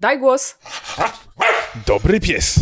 Daj głos. Dobry pies.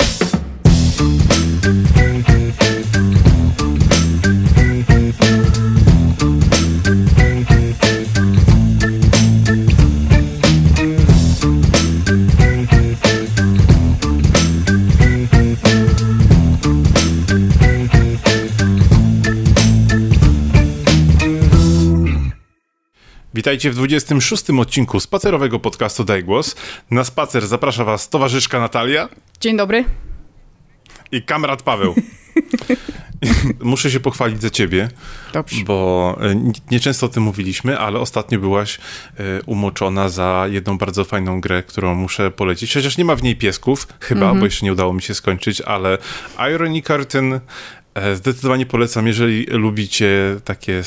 Witajcie w 26. odcinku spacerowego podcastu Daj Głos. Na spacer zaprasza was towarzyszka Natalia. Dzień dobry. I kamrat Paweł. Muszę się pochwalić za ciebie, Dobrze. Bo nieczęsto o tym mówiliśmy, ale ostatnio byłaś umoczona za jedną bardzo fajną grę, którą muszę polecić. Chociaż nie ma w niej piesków, chyba, bo jeszcze nie udało mi się skończyć, ale Irony Curtain zdecydowanie polecam, jeżeli lubicie takie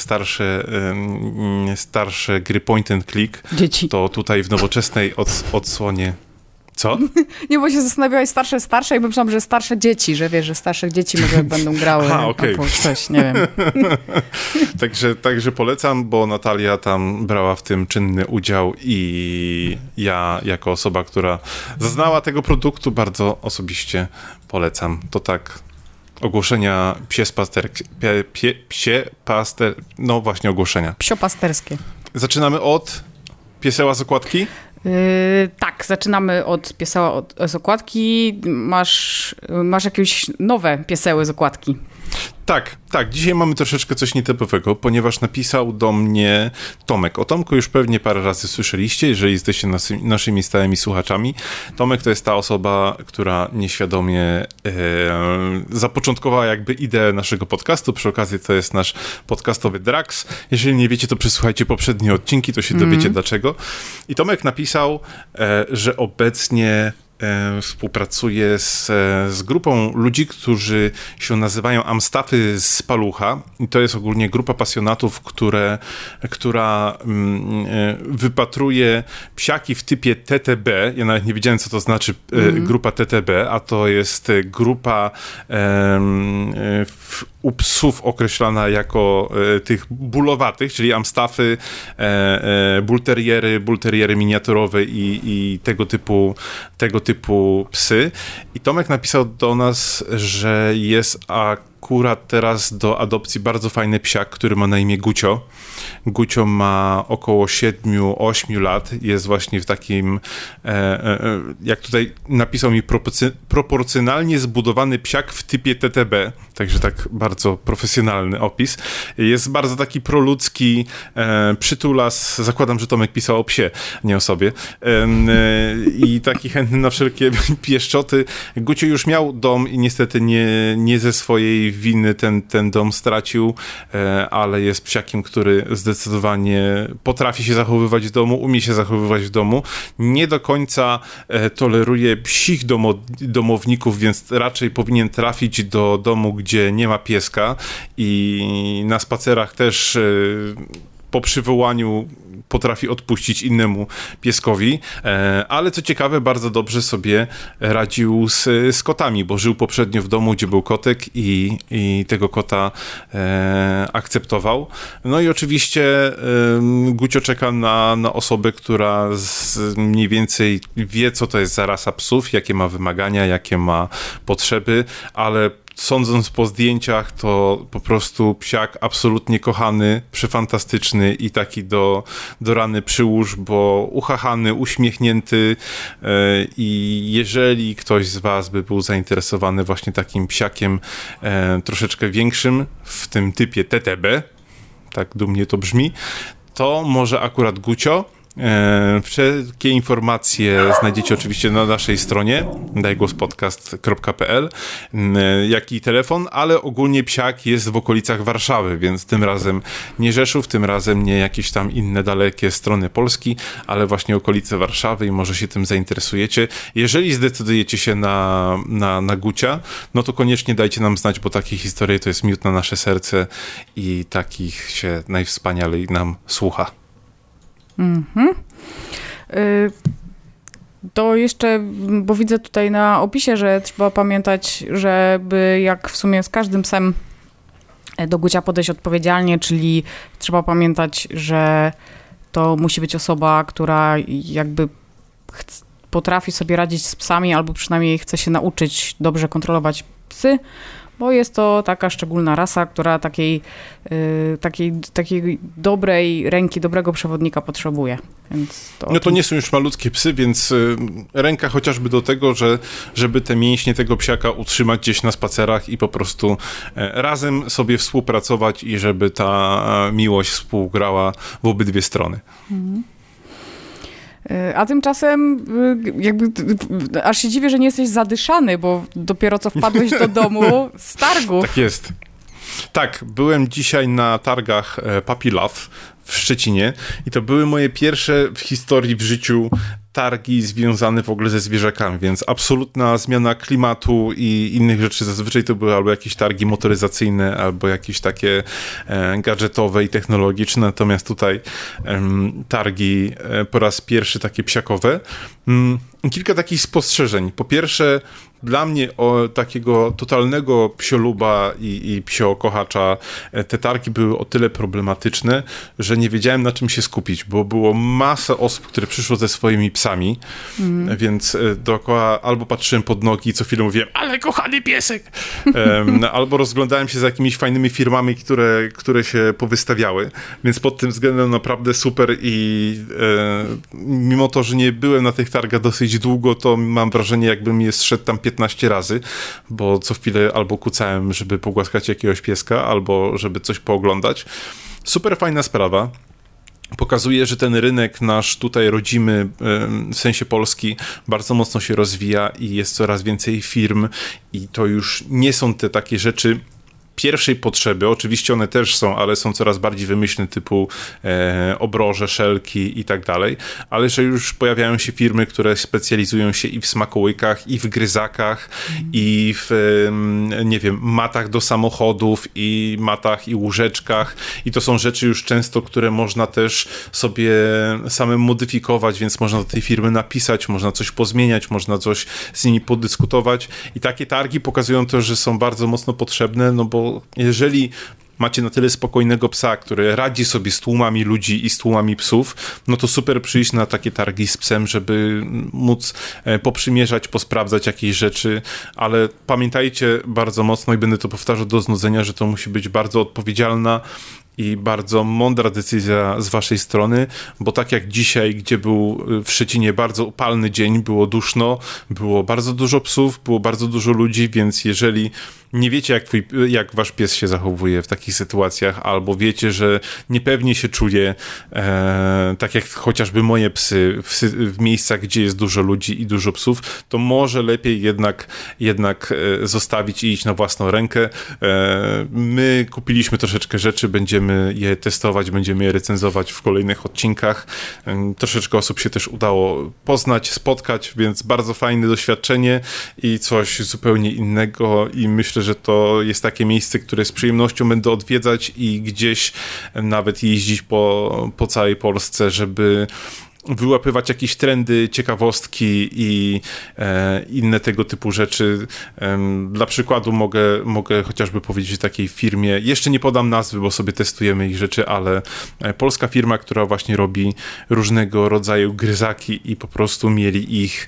starsze gry point and click. Dzieci. To tutaj w nowoczesnej odsłonie. Co? Nie, bo się zastanawiałeś starsze i myślałam, że starsze dzieci, że wiesz, że starszych dzieci może będą grały. Aha, okej. Coś, nie wiem. Także polecam, bo Natalia tam brała w tym czynny udział i ja jako osoba, która zaznała tego produktu, bardzo osobiście polecam. To tak ogłoszenia no właśnie ogłoszenia. Psiopasterskie. Zaczynamy od pieseła z okładki? Tak, zaczynamy od pieseła z okładki. Masz jakieś nowe pieseły z okładki. Tak. Dzisiaj mamy troszeczkę coś nietypowego, ponieważ napisał do mnie Tomek. O Tomku już pewnie parę razy słyszeliście, jeżeli jesteście naszymi stałymi słuchaczami. Tomek to jest ta osoba, która nieświadomie zapoczątkowała jakby ideę naszego podcastu. Przy okazji to jest nasz podcastowy Drax. Jeżeli nie wiecie, to przesłuchajcie poprzednie odcinki, to się dowiecie dlaczego. I Tomek napisał, że obecnie współpracuje z grupą ludzi, którzy się nazywają Amstaffy z Palucha. I to jest ogólnie grupa pasjonatów, która wypatruje psiaki w typie TTB. Ja nawet nie wiedziałem, co to znaczy grupa TTB, a to jest grupa u psów określana jako tych bólowatych, czyli Amstaffy, bulteriery miniaturowe i tego typu psy. I Tomek napisał do nas, że jest akurat teraz do adopcji bardzo fajny psiak, który ma na imię Gucio. Gucio ma około 7-8 lat. Jest właśnie w takim, jak tutaj napisał mi, proporcjonalnie zbudowany psiak w typie TTB. Także tak bardzo profesjonalny opis. Jest bardzo taki proludzki, przytulas. Zakładam, że Tomek pisał o psie, nie o sobie. I taki chętny na wszelkie pieszczoty. Gucio już miał dom i niestety nie ze swojej winy ten dom stracił, ale jest psiakiem, który zdecydowanie potrafi się zachowywać w domu, umie się zachowywać w domu. Nie do końca toleruje psich domowników, więc raczej powinien trafić do domu, gdzie nie ma pieska i na spacerach też po przywołaniu potrafi odpuścić innemu pieskowi, ale co ciekawe, bardzo dobrze sobie radził z kotami, bo żył poprzednio w domu, gdzie był kotek i tego kota akceptował. No i oczywiście Gucio czeka na osobę, która mniej więcej wie, co to jest za rasa psów, jakie ma wymagania, jakie ma potrzeby, ale sądząc po zdjęciach, to po prostu psiak absolutnie kochany, przefantastyczny i taki do rany przyłóż, bo uchachany, uśmiechnięty i jeżeli ktoś z was by był zainteresowany właśnie takim psiakiem troszeczkę większym, w tym typie TTB, tak dumnie to brzmi, to może akurat Gucio. Wszelkie informacje znajdziecie oczywiście na naszej stronie dajgłospodcast.pl, jak i telefon, ale ogólnie psiak jest w okolicach Warszawy, więc tym razem nie Rzeszów, tym razem nie jakieś tam inne dalekie strony Polski, ale właśnie okolice Warszawy i może się tym zainteresujecie. Jeżeli zdecydujecie się na Gucia, no to koniecznie dajcie nam znać, bo takie historie to jest miód na nasze serce i takich się najwspanialej nam słucha. To jeszcze, bo widzę tutaj na opisie, że trzeba pamiętać, żeby jak w sumie z każdym psem do Gucia podejść odpowiedzialnie, czyli trzeba pamiętać, że to musi być osoba, która jakby potrafi sobie radzić z psami, albo przynajmniej chce się nauczyć dobrze kontrolować psy, bo jest to taka szczególna rasa, która takiej dobrej ręki, dobrego przewodnika potrzebuje. Więc to nie są już malutkie psy, więc ręka chociażby do tego, żeby te mięśnie tego psiaka utrzymać gdzieś na spacerach i po prostu razem sobie współpracować i żeby ta miłość współgrała w obydwie strony. A tymczasem jakby aż się dziwię, że nie jesteś zadyszany, bo dopiero co wpadłeś do domu z targów. Tak jest. Tak, byłem dzisiaj na targach Puppy Love w Szczecinie i to były moje pierwsze w historii w życiu targi związane w ogóle ze zwierzakami, więc absolutna zmiana klimatu i innych rzeczy. Zazwyczaj to były albo jakieś targi motoryzacyjne, albo jakieś takie gadżetowe i technologiczne, natomiast tutaj targi po raz pierwszy takie psiakowe. Kilka takich spostrzeżeń. Po pierwsze, dla mnie takiego totalnego psioluba i psiokochacza te targi były o tyle problematyczne, że nie wiedziałem, na czym się skupić, bo było masa osób, które przyszło ze swoimi psami, więc dookoła albo patrzyłem pod nogi i co chwilę mówiłem, ale kochany piesek! Albo rozglądałem się za jakimiś fajnymi firmami, które się powystawiały, więc pod tym względem naprawdę super i mimo to, że nie byłem na tych targach dosyć długo, to mam wrażenie, jakbym je zszedł tam 15 razy, bo co chwilę albo kucałem, żeby pogłaskać jakiegoś pieska, albo żeby coś pooglądać. Super fajna sprawa. Pokazuje, że ten rynek nasz tutaj rodzimy, w sensie polski, bardzo mocno się rozwija i jest coraz więcej firm i to już nie są te takie rzeczy pierwszej potrzeby, oczywiście one też są, ale są coraz bardziej wymyślne, typu obroże, szelki i tak dalej, ale że już pojawiają się firmy, które specjalizują się i w smakołykach, i w gryzakach, i w, nie wiem, matach do samochodów, i matach, i łóżeczkach, i to są rzeczy już często, które można też sobie samym modyfikować, więc można do tej firmy napisać, można coś pozmieniać, można coś z nimi podyskutować i takie targi pokazują to, że są bardzo mocno potrzebne, no bo jeżeli macie na tyle spokojnego psa, który radzi sobie z tłumami ludzi i z tłumami psów, no to super przyjść na takie targi z psem, żeby móc poprzymierzać, posprawdzać jakieś rzeczy, ale pamiętajcie bardzo mocno i będę to powtarzał do znudzenia, że to musi być bardzo odpowiedzialna i bardzo mądra decyzja z waszej strony, bo tak jak dzisiaj, gdzie był w Szczecinie bardzo upalny dzień, było duszno, było bardzo dużo psów, było bardzo dużo ludzi, więc jeżeli nie wiecie, jak wasz pies się zachowuje w takich sytuacjach, albo wiecie, że niepewnie się czuje, tak jak chociażby moje psy, w miejscach, gdzie jest dużo ludzi i dużo psów, to może lepiej jednak zostawić i iść na własną rękę. My kupiliśmy troszeczkę rzeczy, będziemy je testować, będziemy je recenzować w kolejnych odcinkach. Troszeczkę osób się też udało poznać, spotkać, więc bardzo fajne doświadczenie i coś zupełnie innego i myślę, że to jest takie miejsce, które z przyjemnością będę odwiedzać i gdzieś nawet jeździć po całej Polsce, żeby wyłapywać jakieś trendy, ciekawostki i inne tego typu rzeczy. Dla przykładu mogę chociażby powiedzieć o takiej firmie, jeszcze nie podam nazwy, bo sobie testujemy ich rzeczy, ale polska firma, która właśnie robi różnego rodzaju gryzaki i po prostu mieli ich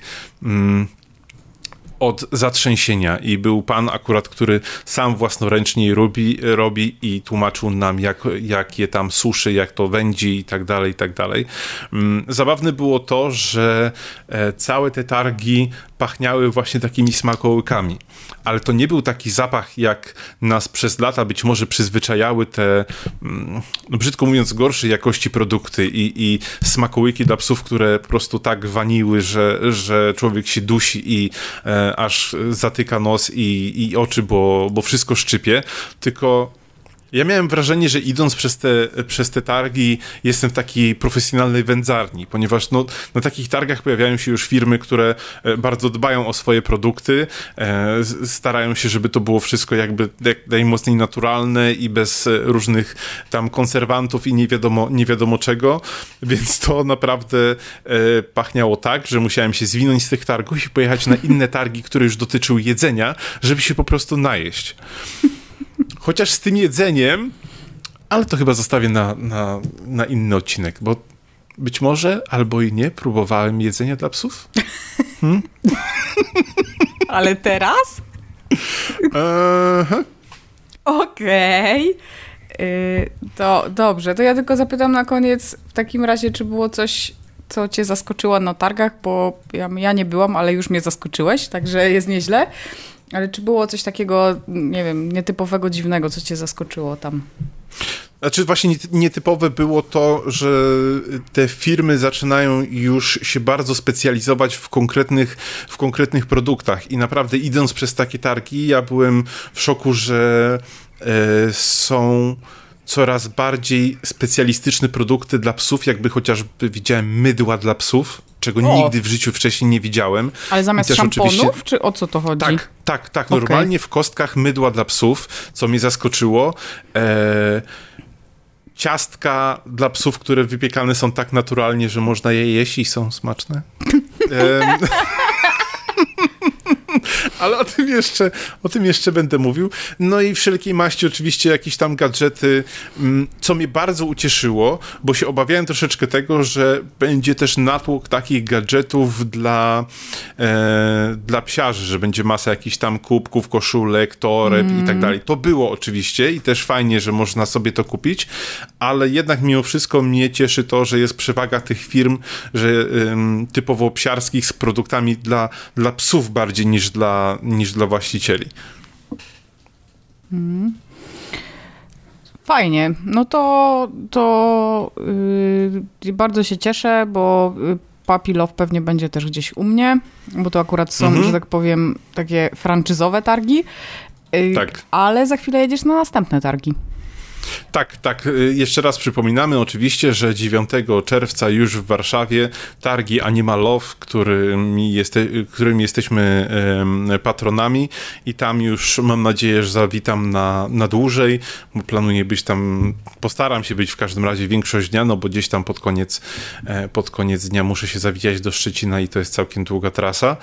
od zatrzęsienia i był pan akurat, który sam własnoręcznie je robi i tłumaczył nam, jak je tam suszy, jak to wędzi i tak dalej, i tak dalej. Zabawne było to, że całe te targi pachniały właśnie takimi smakołykami, ale to nie był taki zapach, jak nas przez lata być może przyzwyczajały te, no brzydko mówiąc, gorszej jakości produkty i smakołyki dla psów, które po prostu tak waniły, że człowiek się dusi i aż zatyka nos i oczy, bo wszystko szczypie, tylko ja miałem wrażenie, że idąc przez te targi jestem w takiej profesjonalnej wędzarni, ponieważ na takich targach pojawiają się już firmy, które bardzo dbają o swoje produkty, starają się, żeby to było wszystko jakby jak najmocniej naturalne i bez różnych tam konserwantów i nie wiadomo czego, więc to naprawdę pachniało tak, że musiałem się zwinąć z tych targów i pojechać na inne targi, które już dotyczyły jedzenia, żeby się po prostu najeść. Chociaż z tym jedzeniem, ale to chyba zostawię na inny odcinek, bo być może, albo i nie, próbowałem jedzenia dla psów. Ale teraz? Okej. To dobrze, to ja tylko zapytam na koniec w takim razie, czy było coś, co cię zaskoczyło na targach, bo ja nie byłam, ale już mnie zaskoczyłeś, także jest nieźle. Ale czy było coś takiego, nie wiem, nietypowego, dziwnego, co cię zaskoczyło tam? Znaczy właśnie nietypowe było to, że te firmy zaczynają już się bardzo specjalizować w konkretnych produktach i naprawdę idąc przez takie targi, ja byłem w szoku, że są coraz bardziej specjalistyczne produkty dla psów, jakby chociażby widziałem mydła dla psów, czego nigdy w życiu wcześniej nie widziałem. Ale zamiast szamponów, czy o co to chodzi? Tak. Normalnie w kostkach mydła dla psów, co mnie zaskoczyło. Ciastka dla psów, które wypiekane są tak naturalnie, że można je jeść i są smaczne. Ale o tym jeszcze będę mówił. No i wszelkiej maści oczywiście jakieś tam gadżety, co mnie bardzo ucieszyło, bo się obawiałem troszeczkę tego, że będzie też natłok takich gadżetów dla psiarzy, że będzie masa jakichś tam kubków, koszulek, toreb i tak dalej. To było oczywiście i też fajnie, że można sobie to kupić, ale jednak mimo wszystko mnie cieszy to, że jest przewaga tych firm, że typowo psiarskich z produktami dla psów bardziej niż dla właścicieli. Fajnie. No to bardzo się cieszę, bo Puppy Love pewnie będzie też gdzieś u mnie, bo to akurat są, że tak powiem, takie franczyzowe targi. Tak. Ale za chwilę jedziesz na następne targi. Tak. Jeszcze raz przypominamy oczywiście, że 9 czerwca już w Warszawie targi Animal Love, którymi jesteśmy patronami i tam już mam nadzieję, że zawitam na dłużej, bo planuję być tam, postaram się być w każdym razie większość dnia, no bo gdzieś tam pod koniec dnia muszę się zawijać do Szczecina i to jest całkiem długa trasa.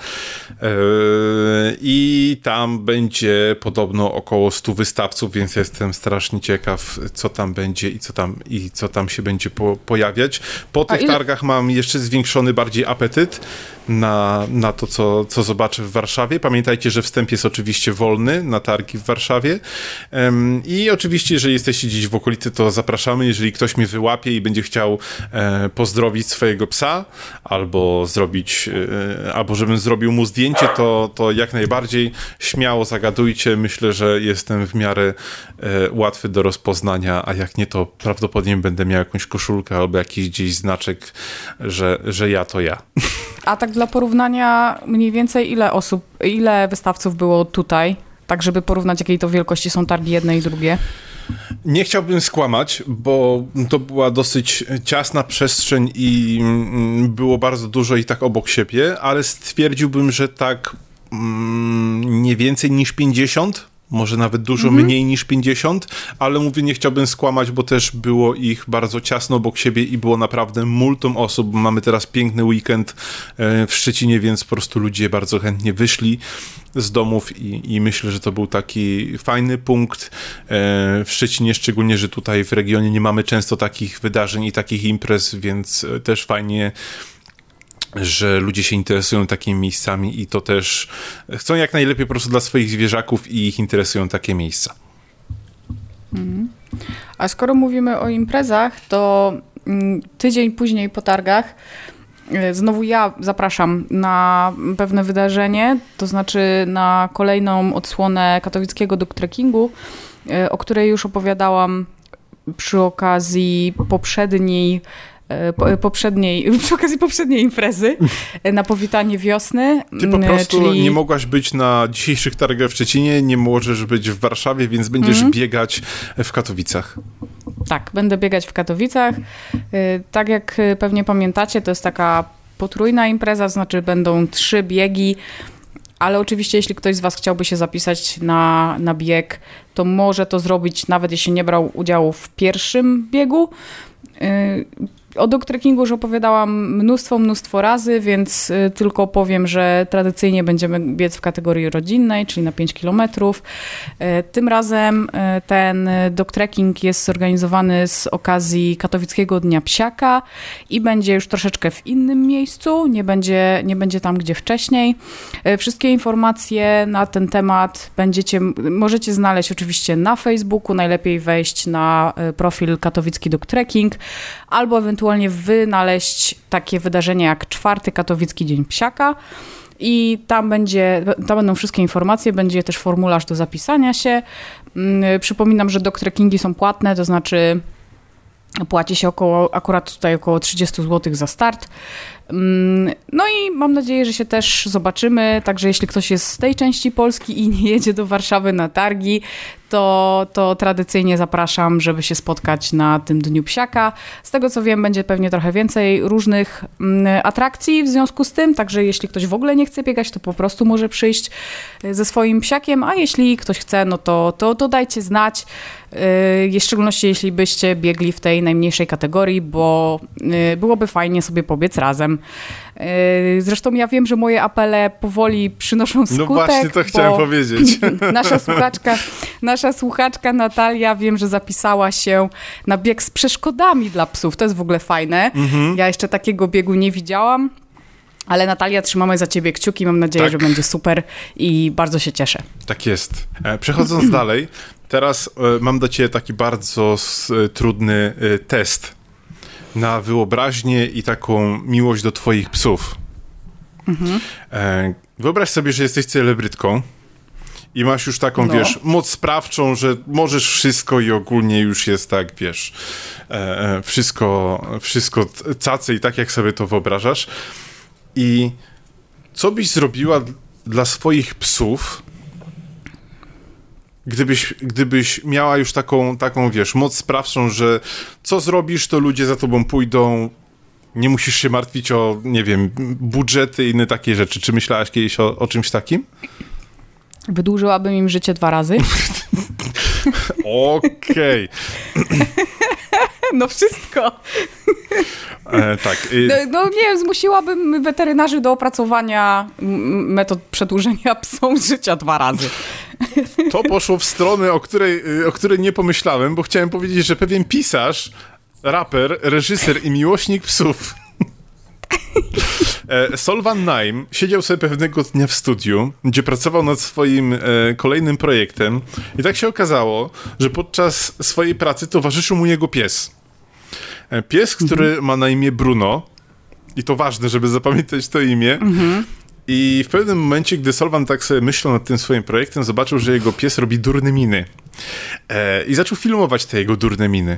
I tam będzie podobno około 100 wystawców, więc jestem strasznie ciekaw, co tam będzie i co tam się będzie pojawiać. Po tych targach mam jeszcze zwiększony bardziej apetyt na to, co zobaczę w Warszawie. Pamiętajcie, że wstęp jest oczywiście wolny na targi w Warszawie i oczywiście, jeżeli jesteście gdzieś w okolicy, to zapraszamy. Jeżeli ktoś mnie wyłapie i będzie chciał pozdrowić swojego psa albo żebym zrobił mu zdjęcie, to jak najbardziej śmiało zagadujcie. Myślę, że jestem w miarę łatwy do rozpoznania, a jak nie, to prawdopodobnie będę miał jakąś koszulkę albo jakiś gdzieś znaczek, że ja to ja. A tak dla porównania mniej więcej ile wystawców było tutaj? Tak, żeby porównać, jakiej to wielkości są targi jedne i drugie? Nie chciałbym skłamać, bo to była dosyć ciasna przestrzeń i było bardzo dużo i tak obok siebie, ale stwierdziłbym, że tak nie więcej niż 50, może nawet dużo mniej niż 50, ale mówię, nie chciałbym skłamać, bo też było ich bardzo ciasno obok siebie i było naprawdę multum osób. Mamy teraz piękny weekend w Szczecinie, więc po prostu ludzie bardzo chętnie wyszli z domów i myślę, że to był taki fajny punkt w Szczecinie, szczególnie, że tutaj w regionie nie mamy często takich wydarzeń i takich imprez, więc też fajnie, że ludzie się interesują takimi miejscami i to też chcą jak najlepiej po prostu dla swoich zwierzaków i ich interesują takie miejsca. A skoro mówimy o imprezach, to tydzień później po targach znowu ja zapraszam na pewne wydarzenie, to znaczy na kolejną odsłonę katowickiego dog trekkingu, o której już opowiadałam przy okazji poprzedniej imprezy na powitanie wiosny. Ty po prostu nie mogłaś być na dzisiejszych targach w Szczecinie, nie możesz być w Warszawie, więc będziesz biegać w Katowicach. Tak, będę biegać w Katowicach. Tak jak pewnie pamiętacie, to jest taka potrójna impreza, to znaczy będą 3 biegi, ale oczywiście jeśli ktoś z was chciałby się zapisać na bieg, to może to zrobić nawet jeśli nie brał udziału w pierwszym biegu. O dog-trekkingu już opowiadałam mnóstwo razy, więc tylko powiem, że tradycyjnie będziemy biec w kategorii rodzinnej, czyli na 5 kilometrów. Tym razem ten dog-trekking jest zorganizowany z okazji Katowickiego Dnia Psiaka i będzie już troszeczkę w innym miejscu, nie będzie tam, gdzie wcześniej. Wszystkie informacje na ten temat możecie znaleźć oczywiście na Facebooku, najlepiej wejść na profil Katowicki Dog-Trekking, albo ewentualnie wynaleźć takie wydarzenie jak 4. Katowicki Dzień Psiaka i tam będą wszystkie informacje, będzie też formularz do zapisania się. Przypominam, że dog-trekkingi są płatne, to znaczy płaci się akurat tutaj około 30 zł za start. No i mam nadzieję, że się też zobaczymy, także jeśli ktoś jest z tej części Polski i nie jedzie do Warszawy na targi, to tradycyjnie zapraszam, żeby się spotkać na tym Dniu Psiaka. Z tego co wiem, będzie pewnie trochę więcej różnych atrakcji w związku z tym, także jeśli ktoś w ogóle nie chce biegać, to po prostu może przyjść ze swoim psiakiem, a jeśli ktoś chce, no to dajcie znać, w szczególności jeśli byście biegli w tej najmniejszej kategorii, bo byłoby fajnie sobie pobiec razem. Zresztą ja wiem, że moje apele powoli przynoszą skutek. No właśnie, to chciałem powiedzieć. Nasza słuchaczka Natalia, wiem, że zapisała się na bieg z przeszkodami dla psów. To jest w ogóle fajne. Ja jeszcze takiego biegu nie widziałam. Ale Natalia, trzymamy za ciebie kciuki. Mam nadzieję, że będzie super i bardzo się cieszę. Tak jest. Przechodząc dalej, teraz mam do ciebie taki bardzo trudny test na wyobraźnię i taką miłość do twoich psów. Wyobraź sobie, że jesteś celebrytką i masz już taką, wiesz, moc sprawczą, że możesz wszystko i ogólnie już jest tak, wiesz, wszystko cacy i tak, jak sobie to wyobrażasz. I co byś zrobiła dla swoich psów, gdybyś miała już taką, wiesz, moc sprawczą, że co zrobisz, to ludzie za tobą pójdą, nie musisz się martwić o, nie wiem, budżety i inne takie rzeczy. Czy myślałaś kiedyś o czymś takim? Wydłużyłabym im życie 2 razy. Okej. No wszystko. Tak. No nie wiem, zmusiłabym weterynarzy do opracowania metod przedłużenia psom życia 2 razy. To poszło w stronę, o której nie pomyślałem, bo chciałem powiedzieć, że pewien pisarz, raper, reżyser i miłośnik psów Sol Van Naim siedział sobie pewnego dnia w studiu, gdzie pracował nad swoim kolejnym projektem i tak się okazało, że podczas swojej pracy towarzyszył mu jego pies. Pies, który ma na imię Bruno i to ważne, żeby zapamiętać to imię. I w pewnym momencie, gdy Solvan tak sobie myślał nad tym swoim projektem, zobaczył, że jego pies robi durne miny. I zaczął filmować te jego durne miny.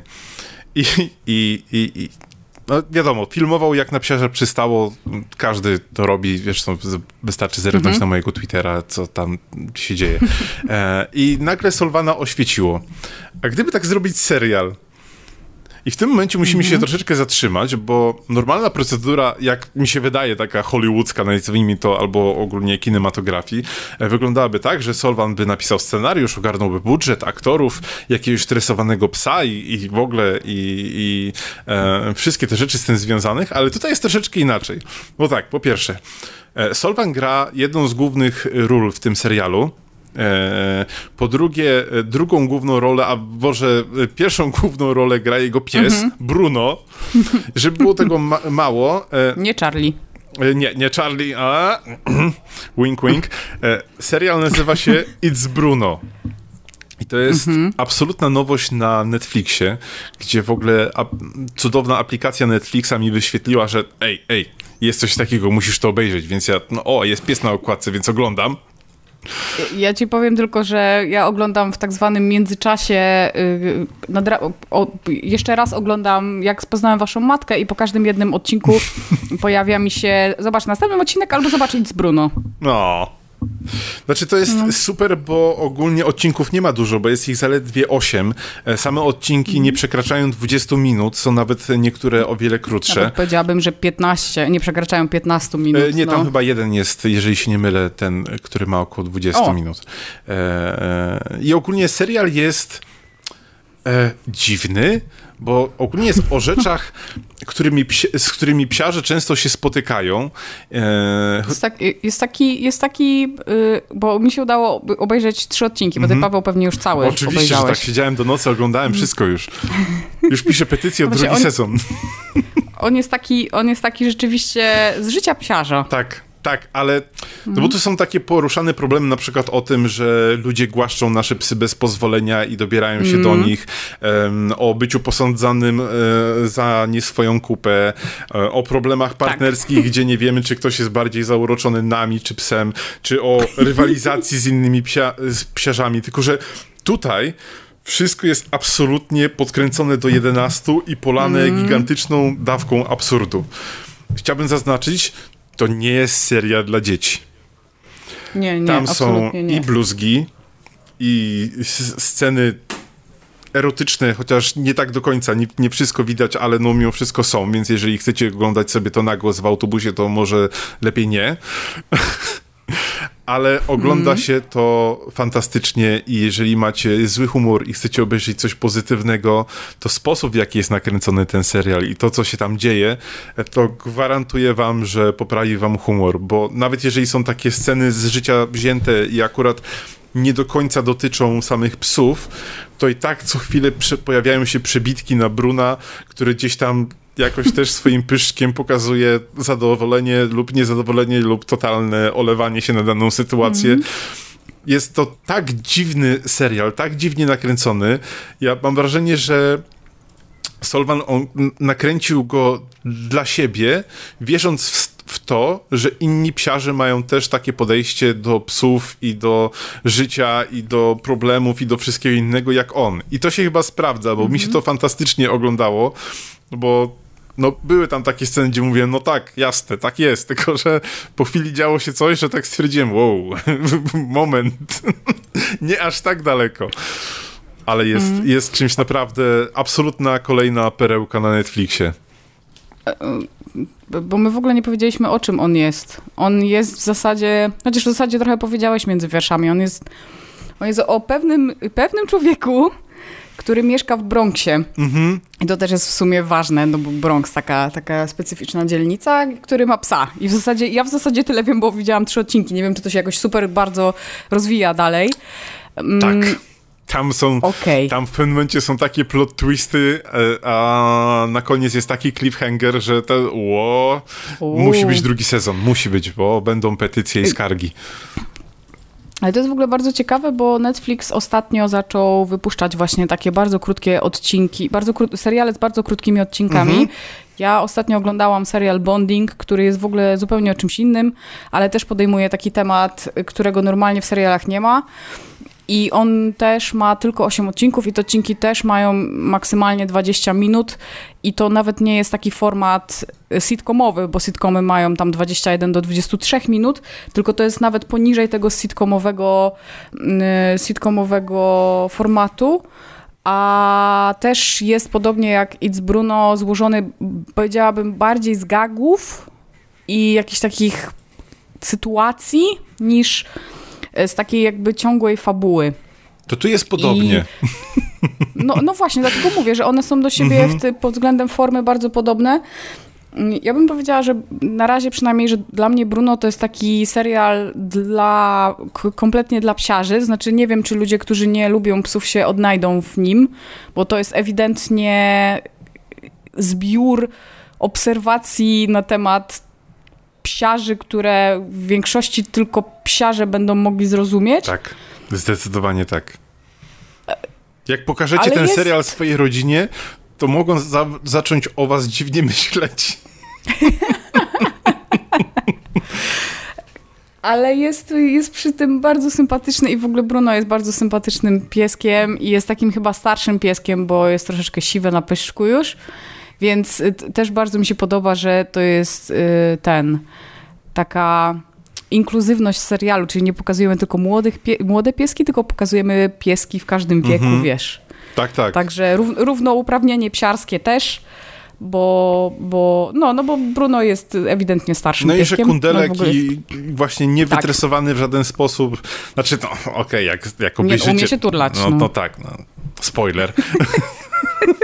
No wiadomo, filmował jak na psiarza przystało, każdy to robi, wiesz, wystarczy zerknąć na mojego Twittera, co tam się dzieje. I nagle Solvana oświeciło. A gdyby tak zrobić serial? I w tym momencie musimy się troszeczkę zatrzymać, bo normalna procedura, jak mi się wydaje, taka hollywoodzka, nazwijmy to, albo ogólnie kinematografii, wyglądałaby tak, że Solvan by napisał scenariusz, ogarnąłby budżet, aktorów, jakiegoś stresowanego psa i w ogóle wszystkie te rzeczy z tym związanych, ale tutaj jest troszeczkę inaczej. Bo tak, po pierwsze, Solvan gra jedną z głównych ról w tym serialu. Po drugie, drugą główną rolę, a może pierwszą główną rolę gra jego pies, Bruno. Żeby było tego mało... Nie Charlie. Nie Charlie, a... wink, wink. Serial nazywa się It's Bruno. I to jest absolutna nowość na Netflixie, gdzie w ogóle cudowna aplikacja Netflixa mi wyświetliła, że ej, jest coś takiego, musisz to obejrzeć, więc ja, jest pies na okładce, więc oglądam. Ja ci powiem tylko, że ja oglądam w tak zwanym międzyczasie, jeszcze raz oglądam, jak poznałem waszą matkę i po każdym jednym odcinku pojawia mi się, zobacz następny odcinek albo zobaczyć z Bruno. No. Znaczy to jest super, bo ogólnie odcinków nie ma dużo, bo jest ich zaledwie 8. Same odcinki nie przekraczają 20 minut, są nawet niektóre o wiele krótsze. Nawet powiedziałabym, że 15, nie przekraczają 15 minut. Nie, tam chyba jeden jest, jeżeli się nie mylę, ten, który ma około 20 minut. I ogólnie serial jest dziwny, bo ogólnie jest o rzeczach, z którymi psiarze często się spotykają. Jest taki, bo mi się udało obejrzeć 3 odcinki, bo ty, Paweł, pewnie już cały Oczywiście, obejrzałeś. że tak, siedziałem do nocy, oglądałem wszystko już. Już piszę petycję o drugi sezon. On jest taki rzeczywiście z życia psiarza. Tak, ale no bo tu są takie poruszane problemy, na przykład o tym, że ludzie głaszczą nasze psy bez pozwolenia i dobierają się do nich, o byciu posądzanym za nie swoją kupę, o problemach partnerskich, gdzie nie wiemy, czy ktoś jest bardziej zauroczony nami, czy psem, czy o rywalizacji z innymi psiarzami, tylko że tutaj wszystko jest absolutnie podkręcone do 11 i polane gigantyczną dawką absurdu. Chciałbym zaznaczyć, to nie jest seria dla dzieci. Nie, tam są i bluzgi, i sceny erotyczne, chociaż nie tak do końca, nie wszystko widać, ale no mimo wszystko są, więc jeżeli chcecie oglądać sobie to na głos w autobusie, to może lepiej nie. Ale ogląda się to fantastycznie i jeżeli macie zły humor i chcecie obejrzeć coś pozytywnego, to sposób, w jaki jest nakręcony ten serial i to, co się tam dzieje, to gwarantuję wam, że poprawi wam humor, bo nawet jeżeli są takie sceny z życia wzięte i akurat nie do końca dotyczą samych psów, to i tak co chwilę pojawiają się przebitki na Bruna, który gdzieś tam jakoś też swoim pyszczkiem pokazuje zadowolenie lub niezadowolenie lub totalne olewanie się na daną sytuację. Jest to tak dziwny serial, tak dziwnie nakręcony. Ja mam wrażenie, że Solvan nakręcił go dla siebie, wierząc w to, że inni psiarze mają też takie podejście do psów i do życia i do problemów i do wszystkiego innego jak on. I to się chyba sprawdza, bo mi się to fantastycznie oglądało, bo no, były tam takie sceny, gdzie mówiłem, no tak, jasne, tak jest, tylko że po chwili działo się coś, że tak stwierdziłem, wow, moment, nie aż tak daleko. Ale jest czymś naprawdę, absolutna kolejna perełka na Netflixie. Bo my w ogóle nie powiedzieliśmy, o czym on jest. On jest w zasadzie, chociaż w zasadzie trochę powiedziałeś między wierszami, on jest o pewnym człowieku, który mieszka w Bronxie. I to też jest w sumie ważne, no bo Bronx, taka specyficzna dzielnica, który ma psa. I ja w zasadzie tyle wiem, bo widziałam 3 odcinki. Nie wiem, czy to się jakoś super bardzo rozwija dalej. Tak. Tam w pewnym momencie są takie plot twisty, a na koniec jest taki cliffhanger, że musi być drugi sezon, musi być, bo będą petycje i skargi. Ale to jest w ogóle bardzo ciekawe, bo Netflix ostatnio zaczął wypuszczać właśnie takie bardzo krótkie odcinki, seriale z bardzo krótkimi odcinkami. Ja ostatnio oglądałam serial Bonding, który jest w ogóle zupełnie o czymś innym, ale też podejmuje taki temat, którego normalnie w serialach nie ma. I on też ma tylko 8 odcinków i te odcinki też mają maksymalnie 20 minut i to nawet nie jest taki format sitcomowy, bo sitcomy mają tam 21 do 23 minut, tylko to jest nawet poniżej tego sitcomowego formatu, a też jest podobnie jak It's Bruno złożony, powiedziałabym, bardziej z gagów i jakichś takich sytuacji niż z takiej jakby ciągłej fabuły. To tu jest podobnie. No właśnie, dlatego mówię, że one są do siebie pod względem formy bardzo podobne. Ja bym powiedziała, że na razie przynajmniej, że dla mnie Bruno to jest taki serial kompletnie dla psiarzy. Znaczy nie wiem, czy ludzie, którzy nie lubią psów, się odnajdą w nim, bo to jest ewidentnie zbiór obserwacji na temat psiarzy, które w większości tylko psiarze będą mogli zrozumieć. Tak, zdecydowanie tak. Jak pokażecie ten serial swojej rodzinie, to mogą zacząć o was dziwnie myśleć. Ale jest przy tym bardzo sympatyczny i w ogóle Bruno jest bardzo sympatycznym pieskiem i jest takim chyba starszym pieskiem, bo jest troszeczkę siwy na pyszczku już. Więc też bardzo mi się podoba, że to jest taka inkluzywność serialu, czyli nie pokazujemy tylko młode pieski, tylko pokazujemy pieski w każdym wieku, wiesz. Tak, tak. Także równouprawnienie psiarskie też, bo Bruno jest ewidentnie starszym pieskiem. No i że kundelek i właśnie niewytresowany w żaden sposób. Znaczy, jak obejrzycie... Nie umie się turlać. No tak, spoiler.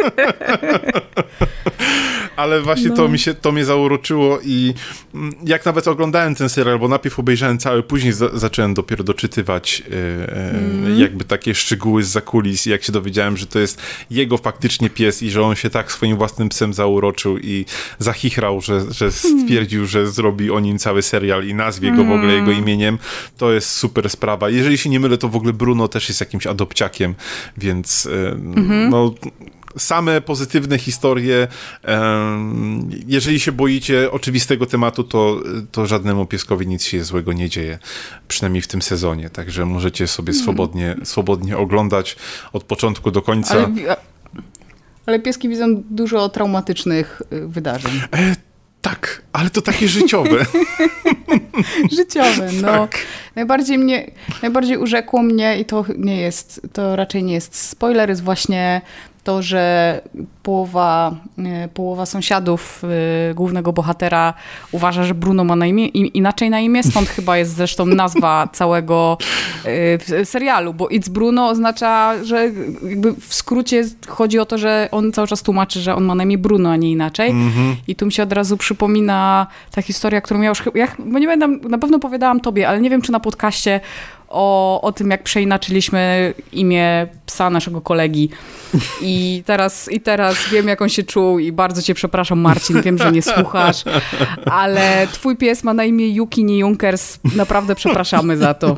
Ale właśnie to mnie zauroczyło i jak nawet oglądałem ten serial, bo najpierw obejrzałem cały, później zacząłem dopiero doczytywać jakby takie szczegóły z zakulis i jak się dowiedziałem, że to jest jego faktycznie pies i że on się tak swoim własnym psem zauroczył i zachichrał, że stwierdził, że zrobi o nim cały serial i nazwie go w ogóle jego imieniem, to jest super sprawa. Jeżeli się nie mylę, to w ogóle Bruno też jest jakimś adopciakiem, więc no same pozytywne historie. Jeżeli się boicie oczywistego tematu, to żadnemu pieskowi nic się złego nie dzieje. Przynajmniej w tym sezonie. Także możecie sobie swobodnie oglądać od początku do końca. Ale pieski widzą dużo traumatycznych wydarzeń. Tak, ale to takie życiowe. Życiowe, no. Tak. Najbardziej urzekło mnie i to raczej nie jest spoiler, jest właśnie to, że połowa sąsiadów głównego bohatera uważa, że Bruno ma inaczej na imię, stąd chyba jest zresztą nazwa całego serialu, bo It's Bruno oznacza, że jakby w skrócie chodzi o to, że on cały czas tłumaczy, że on ma na imię Bruno, a nie inaczej. I tu mi się od razu przypomina ta historia, którą ja już bo nie będę, na pewno opowiadałam tobie, ale nie wiem, czy na podcaście o tym, jak przeinaczyliśmy imię psa naszego kolegi. I teraz wiem, jak on się czuł i bardzo cię przepraszam, Marcin, wiem, że nie słuchasz, ale twój pies ma na imię Yuki, nie Junkers. Naprawdę przepraszamy za to.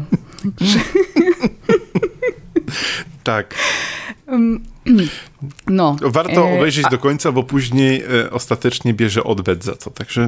Tak. No. Warto obejrzeć do końca, bo później ostatecznie bierze odwet za to, także...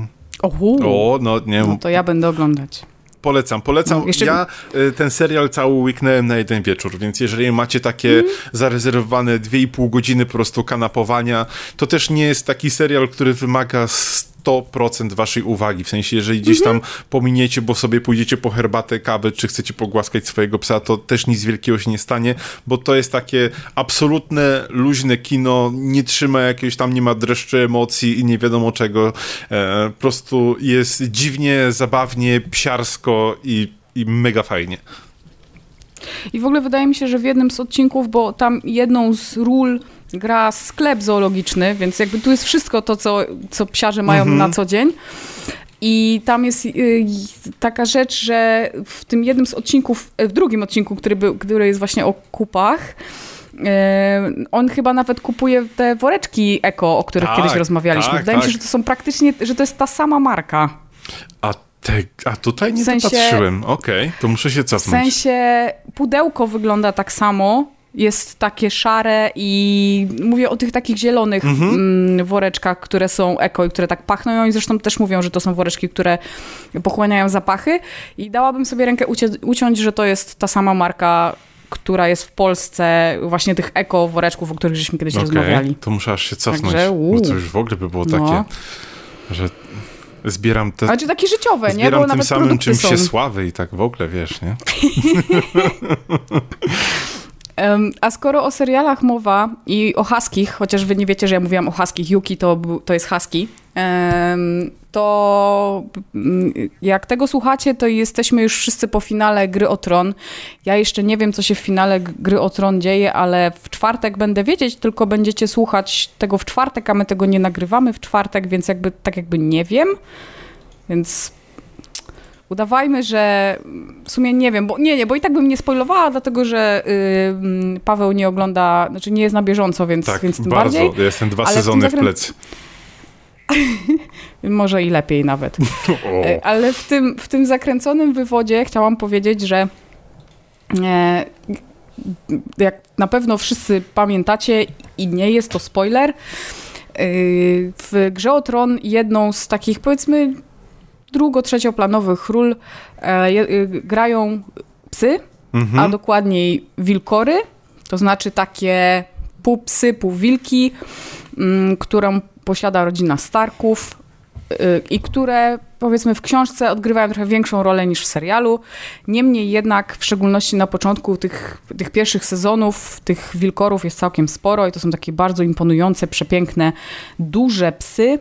No to ja będę oglądać. Polecam. Ja ten serial cały łyknąłem na jeden wieczór, więc jeżeli macie takie zarezerwowane 2,5 godziny po prostu kanapowania, to też nie jest taki serial, który wymaga 100% waszej uwagi. W sensie, jeżeli gdzieś tam pominiecie, bo sobie pójdziecie po herbatę, kawę, czy chcecie pogłaskać swojego psa, to też nic wielkiego się nie stanie, bo to jest takie absolutne, luźne kino, nie trzyma jakiegoś tam, nie ma dreszczy emocji i nie wiadomo czego. Po prostu jest dziwnie, zabawnie, psiarsko i mega fajnie. I w ogóle wydaje mi się, że w jednym z odcinków, bo tam jedną z ról gra sklep zoologiczny, więc jakby tu jest wszystko to, co psiarze mają na co dzień. I tam jest taka rzecz, że w tym jednym z odcinków, w drugim odcinku, który jest właśnie o kupach, on chyba nawet kupuje te woreczki eko, o których kiedyś rozmawialiśmy. Wydaje mi się, że to są praktycznie, że to jest ta sama marka. A tutaj nie dopatrzyłem. Okej, to muszę się cofnąć. W sensie pudełko wygląda tak samo, jest takie szare i mówię o tych takich zielonych woreczkach, które są eko i które tak pachną. I oni zresztą też mówią, że to są woreczki, które pochłaniają zapachy. I dałabym sobie rękę uciąć, że to jest ta sama marka, która jest w Polsce, właśnie tych eko woreczków, o których żeśmy kiedyś rozmawiali. To muszę aż się cofnąć, bo to już w ogóle by było takie, że zbieram te... Ale czy takie życiowe, nie? Bo tym nawet samym czymś są. się sławy i tak w ogóle, wiesz, nie? A skoro o serialach mowa i o huskich, chociaż wy nie wiecie, że ja mówiłam o huskich, Yuki to jest husky, to jak tego słuchacie, to jesteśmy już wszyscy po finale Gry o Tron. Ja jeszcze nie wiem, co się w finale Gry o Tron dzieje, ale w czwartek będę wiedzieć, tylko będziecie słuchać tego w czwartek, a my tego nie nagrywamy w czwartek, więc jakby nie wiem. Więc udawajmy, że w sumie nie wiem, bo i tak bym nie spoilowała, dlatego że Paweł nie ogląda, znaczy nie jest na bieżąco, więc tym bardzo. bardziej. Ja jestem 2 sezony w plecy. Może i lepiej nawet. Ale w tym zakręconym wywodzie chciałam powiedzieć, że jak na pewno wszyscy pamiętacie i nie jest to spoiler, w Grze o Tron jedną z takich, powiedzmy, drugo-trzecioplanowych ról grają psy, a dokładniej wilkory, to znaczy takie pół psy, pół wilki, którą posiada rodzina Starków i które, powiedzmy, w książce odgrywają trochę większą rolę niż w serialu. Niemniej jednak, w szczególności na początku tych pierwszych sezonów, tych wilkorów jest całkiem sporo i to są takie bardzo imponujące, przepiękne, duże psy.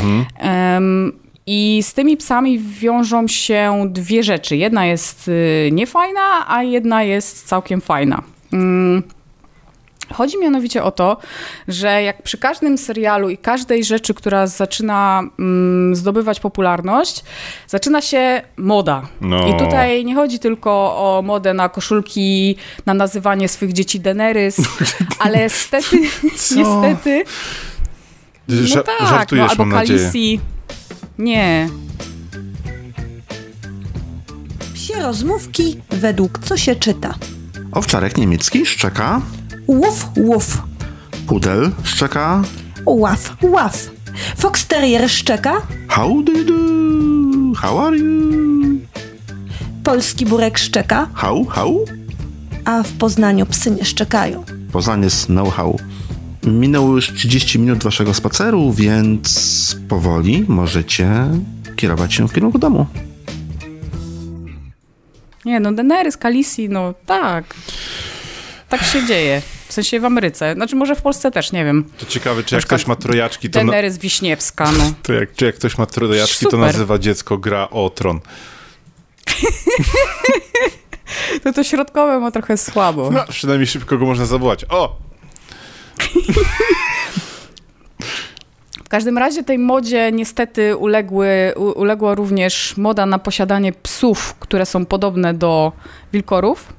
I z tymi psami wiążą się dwie rzeczy. Jedna jest niefajna, a jedna jest całkiem fajna. Chodzi mianowicie o to, że jak przy każdym serialu i każdej rzeczy, która zaczyna zdobywać popularność, zaczyna się moda. No. I tutaj nie chodzi tylko o modę na koszulki, na nazywanie swych dzieci Daenerys, ale niestety... No tak, żartujesz, albo mam nadzieję. Khaleesi. Nie. Psie rozmówki według co się czyta. Owczarek niemiecki szczeka. Łuf, łuf. Pudel szczeka. Łaf, łaf. Fox terrier szczeka. How do you do? How are you? Polski burek szczeka. How? A w Poznaniu psy nie szczekają. Poznań jest know-how. Minęło już 30 minut waszego spaceru, więc powoli możecie kierować się w kierunku domu. Nie, no Daenerys, Khaleesi, no tak. Tak się dzieje. W sensie w Ameryce. Znaczy może w Polsce też, nie wiem. To ciekawe, czy jak ktoś ma trojaczki, to... Daenerys Wiśniewska, no. Czy jak ktoś ma trojaczki, to Super. nazywa dziecko Gra o Tron. To środkowe ma trochę słabo. No, przynajmniej szybko go można zawołać. O! W każdym razie tej modzie niestety uległa również moda na posiadanie psów, które są podobne do wilkorów.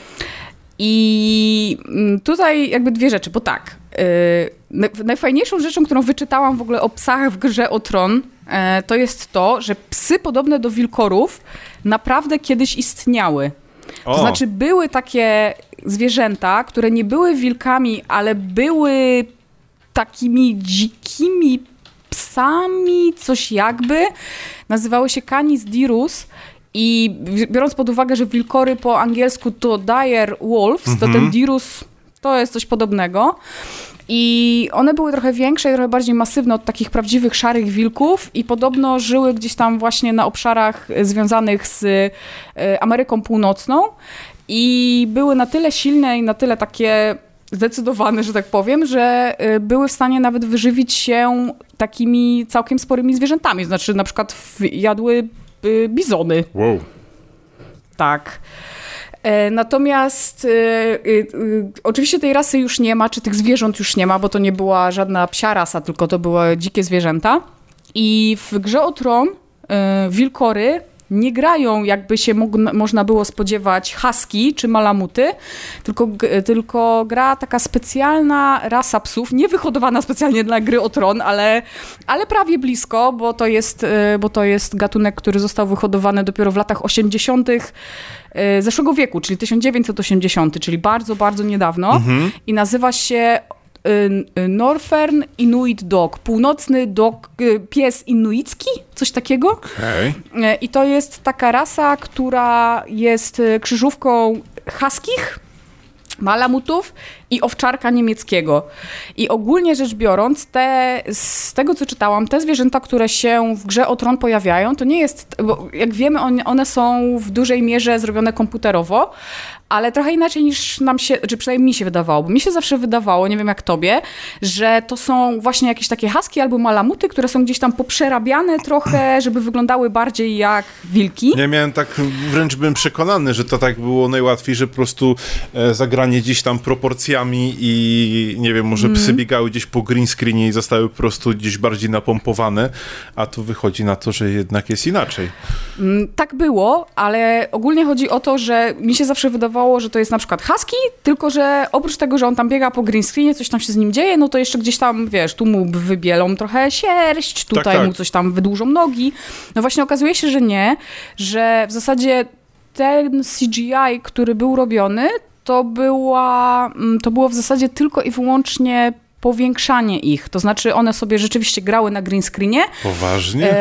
I tutaj jakby dwie rzeczy, bo tak, najfajniejszą rzeczą, którą wyczytałam w ogóle o psach w Grze o Tron, to jest to, że psy podobne do wilkorów naprawdę kiedyś istniały. O. To znaczy były takie zwierzęta, które nie były wilkami, ale były takimi dzikimi psami, coś jakby. Nazywały się Canis dirus i biorąc pod uwagę, że wilkory po angielsku to dire wolves, to ten dirus to jest coś podobnego. I one były trochę większe i trochę bardziej masywne od takich prawdziwych szarych wilków i podobno żyły gdzieś tam właśnie na obszarach związanych z Ameryką Północną i były na tyle silne i na tyle takie zdecydowane, że tak powiem, że były w stanie nawet wyżywić się takimi całkiem sporymi zwierzętami. Znaczy na przykład jadły bizony. Wow. Tak. Natomiast oczywiście tej rasy już nie ma, czy tych zwierząt już nie ma, bo to nie była żadna psia rasa, tylko to były dzikie zwierzęta. I w Grze o Tron wilkory nie grają, jakby się można było spodziewać, husky czy malamuty, tylko gra taka specjalna rasa psów, nie wyhodowana specjalnie dla Gry o Tron, ale prawie blisko, bo to jest gatunek, który został wyhodowany dopiero w latach 80. Zeszłego wieku, czyli 1980, czyli bardzo, bardzo niedawno i nazywa się Northern Inuit Dog, północny pies inuicki, coś takiego. Okay. I to jest taka rasa, która jest krzyżówką huskich, malamutów i owczarka niemieckiego. I ogólnie rzecz biorąc, z tego co czytałam, te zwierzęta, które się w Grze o Tron pojawiają, to nie jest, bo jak wiemy, one są w dużej mierze zrobione komputerowo, ale trochę inaczej niż nam się, czy przynajmniej mi się wydawało, bo mi się zawsze wydawało, nie wiem jak tobie, że to są właśnie jakieś takie husky albo malamuty, które są gdzieś tam poprzerabiane trochę, żeby wyglądały bardziej jak wilki. Nie miałem tak, wręcz byłem przekonany, że to tak było najłatwiej, że po prostu zagranie gdzieś tam proporcjami i nie wiem, może psy biegały gdzieś po green screenie i zostały po prostu gdzieś bardziej napompowane, a tu wychodzi na to, że jednak jest inaczej. Tak było, ale ogólnie chodzi o to, że mi się zawsze wydawało, że to jest na przykład husky, tylko że oprócz tego, że on tam biega po green screenie, coś tam się z nim dzieje, no to jeszcze gdzieś tam, wiesz, tu mu wybielą trochę sierść, tutaj tak. mu coś tam wydłużą nogi. No właśnie okazuje się, że nie, że w zasadzie ten CGI, który był robiony, to było w zasadzie tylko i wyłącznie powiększanie ich. To znaczy one sobie rzeczywiście grały na green screenie. Poważnie?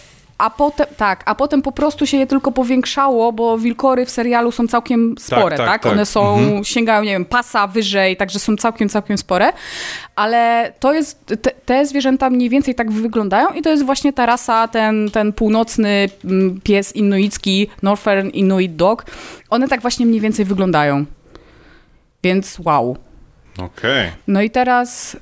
A potem po prostu się je tylko powiększało, bo wilkory w serialu są całkiem spore, tak? One są, sięgają, nie wiem, pasa wyżej, także są całkiem, całkiem spore. Ale to jest, te zwierzęta mniej więcej tak wyglądają i to jest właśnie ta rasa, ten północny pies inuicki, Northern Inuit Dog. One tak właśnie mniej więcej wyglądają. Więc wow. Okej. No i teraz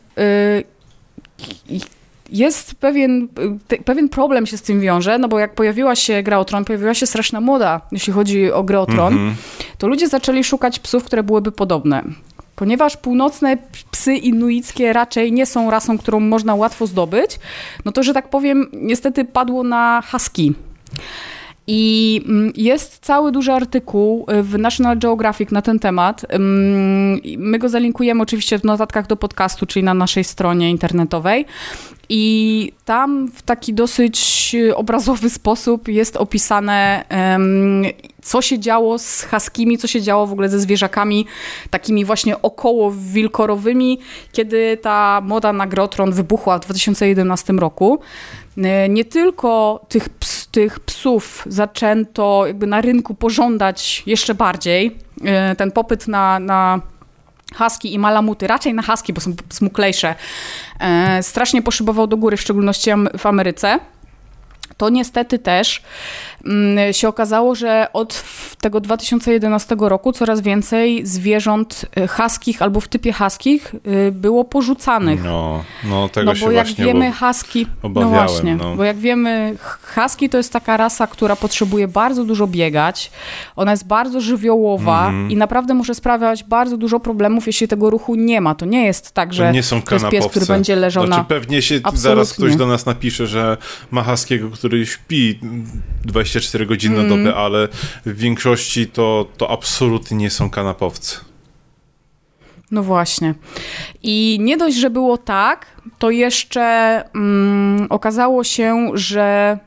jest pewien problem się z tym wiąże, no bo jak pojawiła się Gra o Tron, pojawiła się straszna moda, jeśli chodzi o Grę o Tron, to ludzie zaczęli szukać psów, które byłyby podobne. Ponieważ północne psy inuickie raczej nie są rasą, którą można łatwo zdobyć, no to, że tak powiem, niestety padło na husky. I jest cały duży artykuł w National Geographic na ten temat. My go zalinkujemy oczywiście w notatkach do podcastu, czyli na naszej stronie internetowej. I tam w taki dosyć obrazowy sposób jest opisane, co się działo z huskimi, co się działo w ogóle ze zwierzakami takimi właśnie około wilkorowymi, kiedy ta moda na Grotron wybuchła w 2011 roku. Nie tylko tych psów zaczęto jakby na rynku pożądać jeszcze bardziej. Ten popyt na husky i malamuty, raczej na husky, bo są smuklejsze, strasznie poszybował do góry, w szczególności w Ameryce. To niestety też się okazało, że od tego 2011 roku coraz więcej zwierząt huskich albo w typie huskich było porzucanych. No tego bo się jak właśnie wiemy, husky, obawiałem. No właśnie, bo jak wiemy, husky to jest taka rasa, która potrzebuje bardzo dużo biegać. Ona jest bardzo żywiołowa i naprawdę może sprawiać bardzo dużo problemów, jeśli tego ruchu nie ma. To nie jest tak, że nie są to jest pies, który będzie leżał znaczy, na... pewnie się Absolutnie. zaraz ktoś do nas napisze, że ma huskiego, który śpi 24 godziny na dobę, ale w większości to absolutnie nie są kanapowcy. No właśnie. I nie dość, że było tak, to jeszcze okazało się, że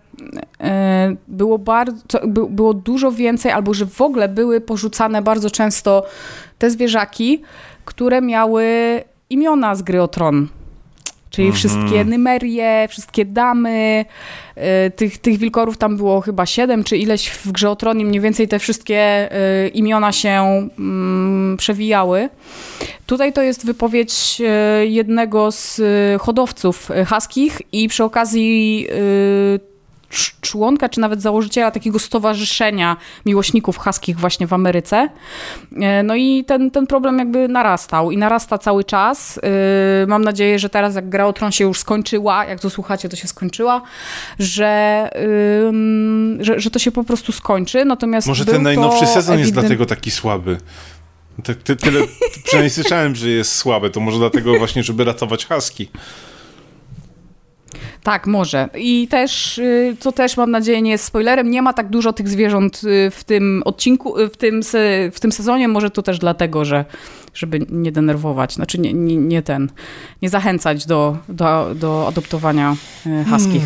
było dużo więcej, albo że w ogóle były porzucane bardzo często te zwierzaki, które miały imiona z gry o Tron. Czyli wszystkie Nymerie, wszystkie damy, tych wilkorów tam było chyba 7 czy ileś w grze o Tron i mniej więcej te wszystkie imiona się przewijały. Tutaj to jest wypowiedź jednego z hodowców huskich i przy okazji członka, czy nawet założyciela takiego stowarzyszenia miłośników huskich właśnie w Ameryce. No i ten problem jakby narastał i narasta cały czas. Mam nadzieję, że teraz jak gra o Tron się już skończyła, jak to słuchacie, to się skończyła, że to się po prostu skończy. Natomiast może ten najnowszy sezon jest dlatego taki słaby. Tyle przynajmniej słyszałem, że jest słaby, to może dlatego właśnie, żeby ratować husky. Tak, może. I też, co też mam nadzieję nie jest spoilerem, nie ma tak dużo tych zwierząt w tym odcinku, w tym sezonie. Może to też dlatego, żeby nie denerwować, znaczy nie zachęcać do adoptowania huskich.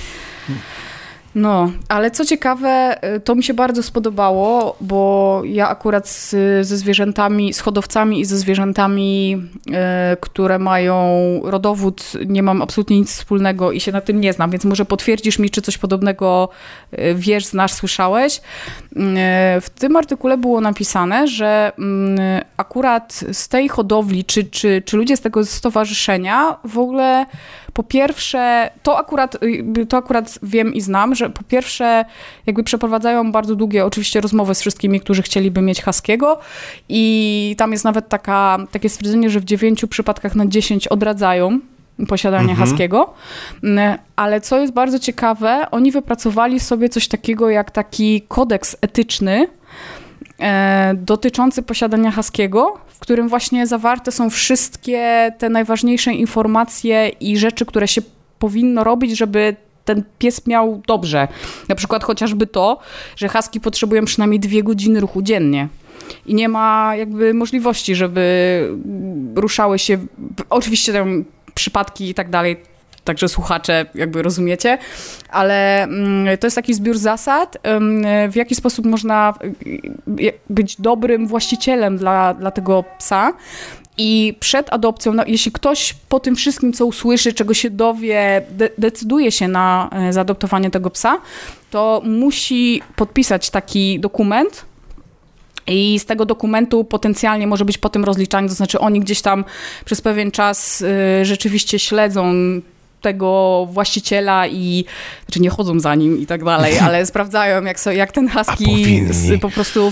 No, ale co ciekawe, to mi się bardzo spodobało, bo ja akurat ze zwierzętami, z hodowcami i ze zwierzętami, które mają rodowód, nie mam absolutnie nic wspólnego i się na tym nie znam, więc może potwierdzisz mi, czy coś podobnego wiesz, znasz, słyszałeś. W tym artykule było napisane, że akurat z tej hodowli, czy ludzie z tego stowarzyszenia w ogóle po pierwsze, to akurat wiem i znam, że po pierwsze jakby przeprowadzają bardzo długie oczywiście rozmowy z wszystkimi, którzy chcieliby mieć huskiego i tam jest nawet takie stwierdzenie, że w 9 przypadkach na 10 odradzają posiadanie huskiego, ale co jest bardzo ciekawe, oni wypracowali sobie coś takiego jak taki kodeks etyczny dotyczący posiadania huskiego, w którym właśnie zawarte są wszystkie te najważniejsze informacje i rzeczy, które się powinno robić, żeby ten pies miał dobrze. Na przykład chociażby to, że husky potrzebują przynajmniej 2 godziny ruchu dziennie. I nie ma jakby możliwości, żeby ruszały się, oczywiście tam przypadki i tak dalej, także słuchacze jakby rozumiecie, ale to jest taki zbiór zasad, w jaki sposób można być dobrym właścicielem dla tego psa. I przed adopcją, no, jeśli ktoś po tym wszystkim, co usłyszy, czego się dowie, decyduje się na zaadoptowanie tego psa, to musi podpisać taki dokument. I z tego dokumentu potencjalnie może być potem rozliczany, to znaczy oni gdzieś tam przez pewien czas rzeczywiście śledzą tego właściciela i znaczy nie chodzą za nim i tak dalej, ale sprawdzają jak ten husky po prostu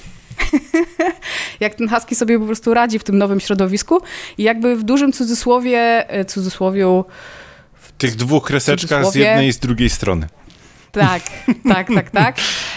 jak ten husky sobie po prostu radzi w tym nowym środowisku i jakby w dużym cudzysłowiu w tych 2 kreseczkach z jednej i z drugiej strony. Tak.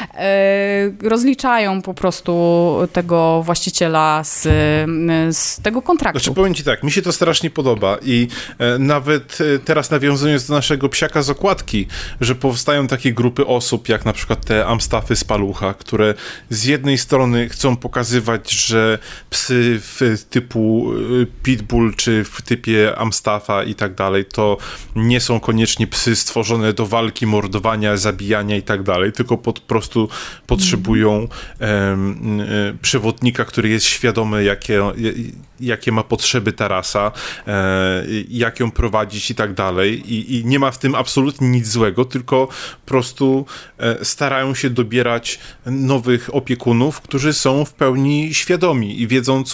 Rozliczają po prostu tego właściciela z tego kontraktu. Znaczy powiem ci tak, mi się to strasznie podoba i nawet teraz nawiązując do naszego psiaka z okładki, że powstają takie grupy osób, jak na przykład te Amstaffy z Palucha, które z jednej strony chcą pokazywać, że psy typu Pitbull czy w typie Amstaffa i tak dalej, to nie są koniecznie psy stworzone do walki, mordowania, zabijania i tak dalej, tylko po prostu potrzebują przewodnika, który jest świadomy, jakie ma potrzeby ta rasa, jak ją prowadzić i tak dalej. I nie ma w tym absolutnie nic złego, tylko po prostu starają się dobierać nowych opiekunów, którzy są w pełni świadomi i wiedzą,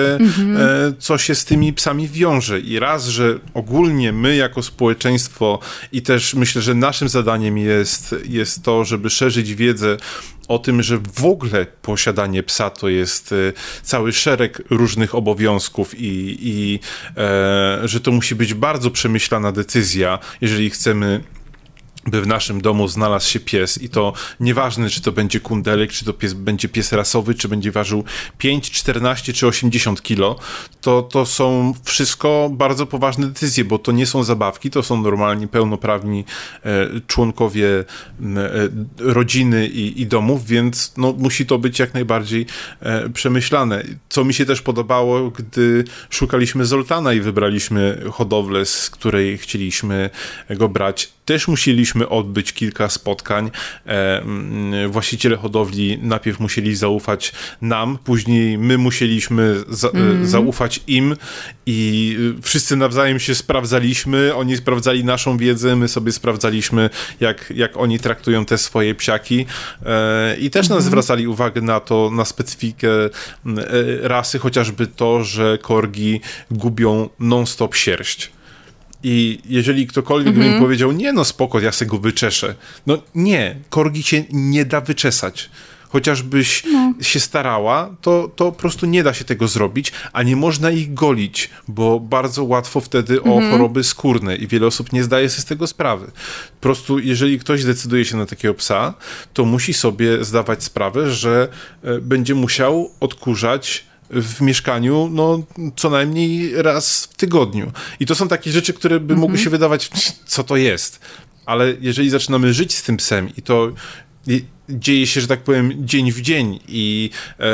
co się z tymi psami wiąże. I raz, że ogólnie my jako społeczeństwo i też myślę, że naszym zadaniem jest to, żeby szerzyć wiedzę o tym, że w ogóle posiadanie psa to jest cały szereg różnych obowiązków i że to musi być bardzo przemyślana decyzja, jeżeli chcemy, by w naszym domu znalazł się pies i to nieważne, czy to będzie kundelek, czy to będzie pies rasowy, czy będzie ważył 5, 14 czy 80 kilo, to są wszystko bardzo poważne decyzje, bo to nie są zabawki, to są normalni, pełnoprawni członkowie rodziny i domów, więc no, musi to być jak najbardziej przemyślane. Co mi się też podobało, gdy szukaliśmy Zoltana i wybraliśmy hodowlę, z której chcieliśmy go brać, też musieliśmy odbyć kilka spotkań. Właściciele hodowli najpierw musieli zaufać nam, później my musieliśmy zaufać im i wszyscy nawzajem się sprawdzaliśmy. Oni sprawdzali naszą wiedzę, my sobie sprawdzaliśmy, jak oni traktują te swoje psiaki i też nas zwracali uwagę na specyfikę rasy, chociażby to, że korgi gubią non-stop sierść. I jeżeli ktokolwiek by mi powiedział, nie no spoko, ja sobie go wyczeszę. No nie, korgi się nie da wyczesać. Chociażbyś się starała, to po prostu nie da się tego zrobić, a nie można ich golić, bo bardzo łatwo wtedy o choroby skórne i wiele osób nie zdaje sobie z tego sprawy. Po prostu jeżeli ktoś decyduje się na takiego psa, to musi sobie zdawać sprawę, że będzie musiał odkurzać w mieszkaniu, no, co najmniej raz w tygodniu. I to są takie rzeczy, które by mogły się wydawać, co to jest. Ale jeżeli zaczynamy żyć z tym psem i to dzieje się, że tak powiem, dzień w dzień i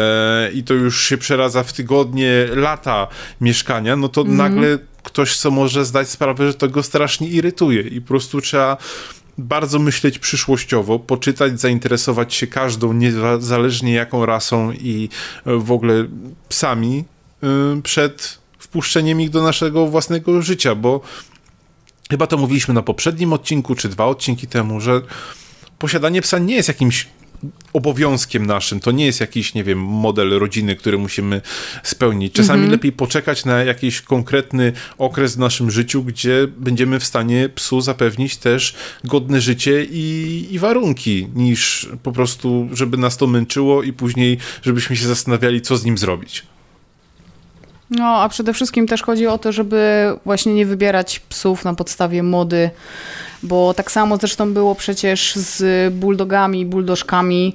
to już się przeradza w tygodnie, lata mieszkania, no to nagle ktoś co może zdać sprawę, że to go strasznie irytuje i po prostu trzeba bardzo myśleć przyszłościowo, poczytać, zainteresować się każdą, niezależnie jaką rasą i w ogóle psami przed wpuszczeniem ich do naszego własnego życia, bo chyba to mówiliśmy na poprzednim odcinku, czy 2 odcinki temu, że posiadanie psa nie jest jakimś obowiązkiem naszym, to nie jest jakiś, nie wiem, model rodziny, który musimy spełnić. Czasami lepiej poczekać na jakiś konkretny okres w naszym życiu, gdzie będziemy w stanie psu zapewnić też godne życie i warunki, niż po prostu, żeby nas to męczyło i później, żebyśmy się zastanawiali, co z nim zrobić. No, a przede wszystkim też chodzi o to, żeby właśnie nie wybierać psów na podstawie mody, bo tak samo zresztą było przecież z bulldogami, buldożkami,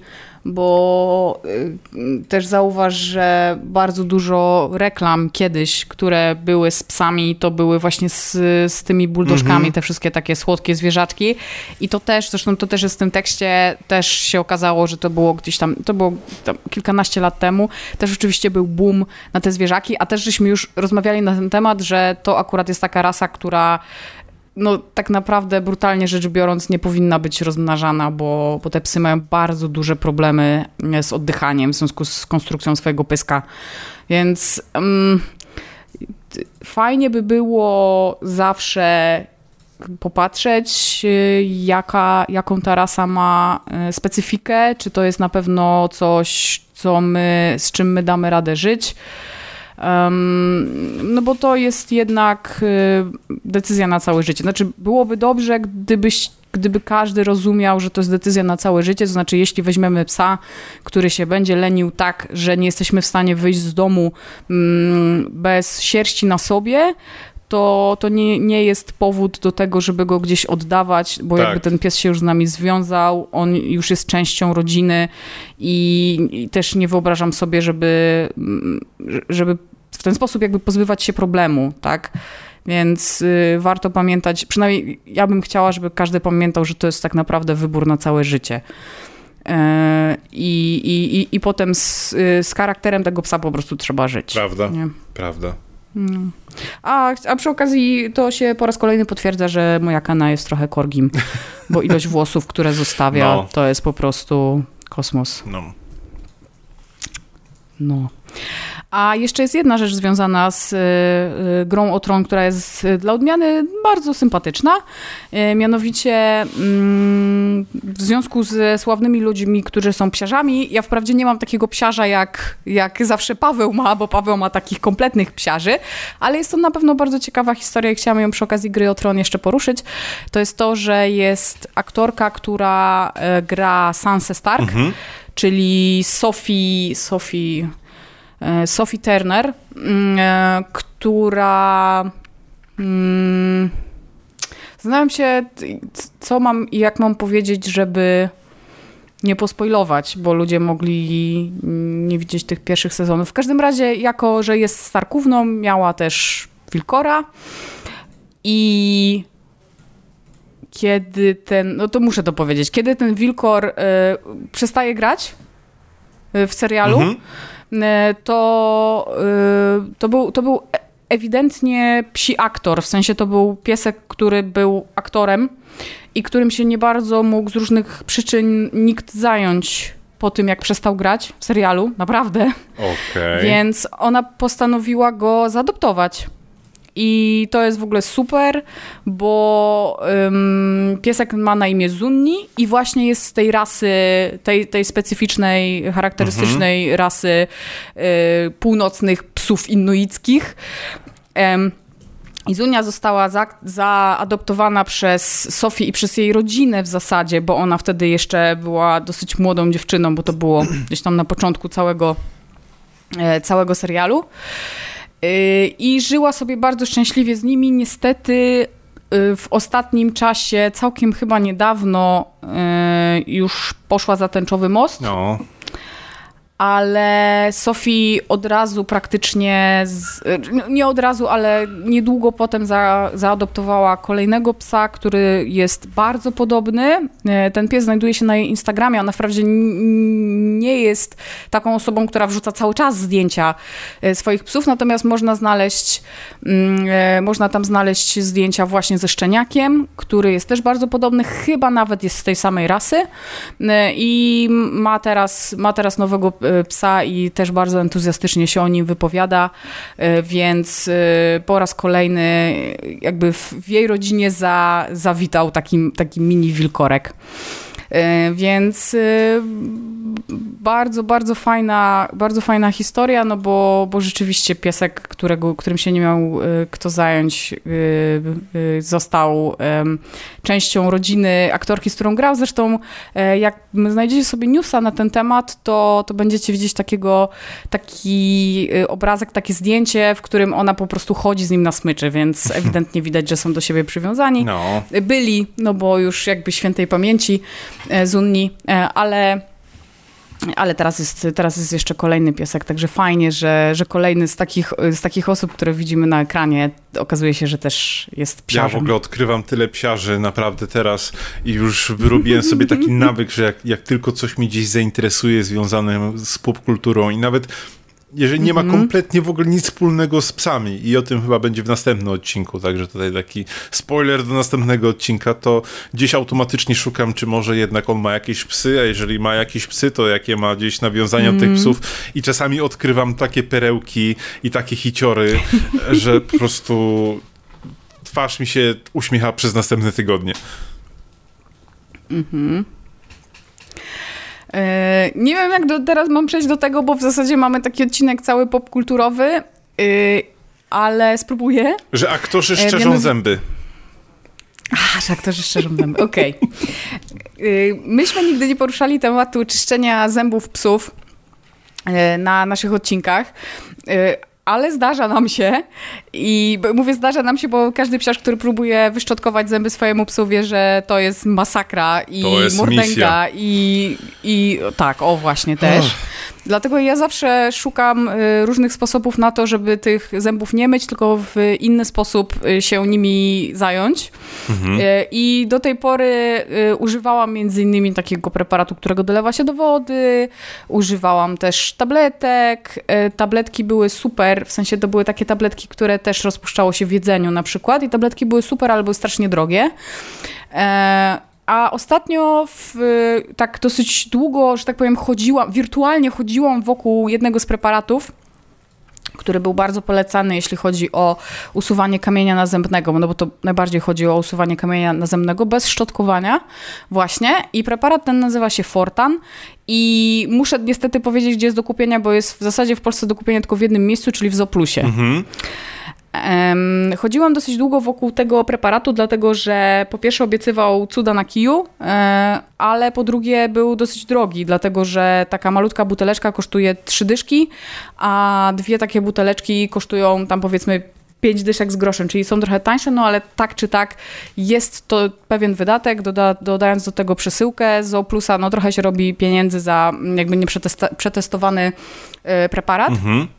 bo też zauważ, że bardzo dużo reklam kiedyś, które były z psami, to były właśnie z tymi buldożkami, te wszystkie takie słodkie zwierzaczki i to też, zresztą to też jest w tym tekście, też się okazało, że to było gdzieś tam, to było tam kilkanaście lat temu, też oczywiście był boom na te zwierzaki, a też żeśmy już rozmawiali na ten temat, że to akurat jest taka rasa, która no tak naprawdę brutalnie rzecz biorąc nie powinna być rozmnażana, bo te psy mają bardzo duże problemy z oddychaniem w związku z konstrukcją swojego pyska. Więc fajnie by było zawsze popatrzeć, jaką ta rasa ma specyfikę, czy to jest na pewno coś, z czym my damy radę żyć. No bo to jest jednak decyzja na całe życie. Znaczy byłoby dobrze, gdyby każdy rozumiał, że to jest decyzja na całe życie, to znaczy jeśli weźmiemy psa, który się będzie lenił tak, że nie jesteśmy w stanie wyjść z domu bez sierści na sobie, to nie jest powód do tego, żeby go gdzieś oddawać, bo jakby ten pies się już z nami związał, on już jest częścią rodziny i też nie wyobrażam sobie, żeby w ten sposób jakby pozbywać się problemu, tak? Więc warto pamiętać, przynajmniej ja bym chciała, żeby każdy pamiętał, że to jest tak naprawdę wybór na całe życie. I potem z charakterem tego psa po prostu trzeba żyć. Prawda, nie? Prawda. A przy okazji to się po raz kolejny potwierdza, że moja Kana jest trochę korgim, bo ilość włosów, które zostawia, to jest po prostu kosmos. No. A jeszcze jest jedna rzecz związana z Grą o Tron, która jest dla odmiany bardzo sympatyczna. Mianowicie w związku ze sławnymi ludźmi, którzy są psiarzami, ja wprawdzie nie mam takiego psiarza jak zawsze Paweł ma, bo Paweł ma takich kompletnych psiarzy, ale jest to na pewno bardzo ciekawa historia i chciałam ją przy okazji Gry o Tron jeszcze poruszyć. To jest to, że jest aktorka, która gra Sansę Stark, czyli Sophie Turner, która... Zastanawiam się, co mam i jak mam powiedzieć, żeby nie pospoilować, bo ludzie mogli nie widzieć tych pierwszych sezonów. W każdym razie, jako że jest Starkówną, miała też Wilkora i kiedy to muszę to powiedzieć, kiedy ten Wilkor przestaje grać w serialu, to był ewidentnie psi aktor, w sensie to był piesek, który był aktorem i którym się nie bardzo mógł z różnych przyczyn nikt zająć po tym, jak przestał grać w serialu, naprawdę. Okay. Więc ona postanowiła go zaadoptować. I to jest w ogóle super, bo piesek ma na imię Zunni i właśnie jest z tej rasy, tej specyficznej, charakterystycznej rasy północnych psów inuickich. I Zunia została zaadoptowana przez Sofię i przez jej rodzinę w zasadzie, bo ona wtedy jeszcze była dosyć młodą dziewczyną, bo to było gdzieś tam na początku całego serialu. I żyła sobie bardzo szczęśliwie z nimi. Niestety w ostatnim czasie, całkiem chyba niedawno, już poszła za tęczowy most. No. Ale Sophie od razu praktycznie, nie od razu, ale niedługo potem zaadoptowała kolejnego psa, który jest bardzo podobny. Ten pies znajduje się na jej Instagramie. Ona wprawdzie nie jest taką osobą, która wrzuca cały czas zdjęcia swoich psów, natomiast można tam znaleźć zdjęcia właśnie ze szczeniakiem, który jest też bardzo podobny, chyba nawet jest z tej samej rasy i ma teraz nowego psa i też bardzo entuzjastycznie się o nim wypowiada, więc po raz kolejny jakby w jej rodzinie zawitał taki mini wilkorek. Więc bardzo, bardzo fajna historia, no bo rzeczywiście piesek, którym się nie miał kto zająć, został częścią rodziny aktorki, z którą grał. Zresztą jak znajdziecie sobie newsa na ten temat, to będziecie widzieć taki obrazek, takie zdjęcie, w którym ona po prostu chodzi z nim na smyczy, więc ewidentnie widać, że są do siebie przywiązani. No. Byli, no bo już jakby świętej pamięci Zunni, ale teraz jest jeszcze kolejny piesek, także fajnie, że kolejny z takich osób, które widzimy na ekranie, okazuje się, że też jest psiarzem. Ja w ogóle odkrywam tyle psiarzy naprawdę teraz i już wyrobiłem sobie taki nawyk, że jak tylko coś mnie gdzieś zainteresuje związane z popkulturą i nawet jeżeli nie ma kompletnie w ogóle nic wspólnego z psami i o tym chyba będzie w następnym odcinku, także tutaj taki spoiler do następnego odcinka, to gdzieś automatycznie szukam, czy może jednak on ma jakieś psy, a jeżeli ma jakieś psy, to jakie ma gdzieś nawiązania do tych psów i czasami odkrywam takie perełki i takie hiciory, że po prostu twarz mi się uśmiecha przez następne tygodnie. Nie wiem, jak teraz mam przejść do tego, bo w zasadzie mamy taki odcinek cały popkulturowy, ale spróbuję. Że aktorzy szczerzą zęby. Że aktorzy szczerzą zęby, okej. Myśmy nigdy nie poruszali tematu czyszczenia zębów psów na naszych odcinkach, ale zdarza nam się i mówię zdarza nam się, bo każdy psiarz, który próbuje wyszczotkować zęby swojemu psu, wie, że to jest masakra i to jest mordęga misja. i tak, o właśnie też. Dlatego ja zawsze szukam różnych sposobów na to, żeby tych zębów nie myć, tylko w inny sposób się nimi zająć. I do tej pory używałam między innymi takiego preparatu, którego dolewa się do wody. Używałam też tabletek. Tabletki były super, w sensie to były takie tabletki, które też rozpuszczało się w jedzeniu na przykład. I tabletki były super, ale były strasznie drogie. A ostatnio tak dosyć długo, że tak powiem, wirtualnie chodziłam wokół jednego z preparatów, który był bardzo polecany, jeśli chodzi o usuwanie kamienia nazębnego, no bo to najbardziej chodzi o usuwanie kamienia nazębnego bez szczotkowania właśnie. I preparat ten nazywa się Fortan i muszę niestety powiedzieć, gdzie jest do kupienia, bo jest w zasadzie w Polsce do kupienia tylko w jednym miejscu, czyli w Zoplusie. Chodziłam dosyć długo wokół tego preparatu, dlatego że po pierwsze obiecywał cuda na kiju, ale po drugie był dosyć drogi, dlatego że taka malutka buteleczka kosztuje 3 dyszki, a 2 takie buteleczki kosztują tam powiedzmy 5 dyszek z groszem, czyli są trochę tańsze, no ale tak czy tak jest to pewien wydatek, dodając do tego przesyłkę z Zooplusa, no trochę się robi pieniędzy za jakby nieprzetestowany preparat.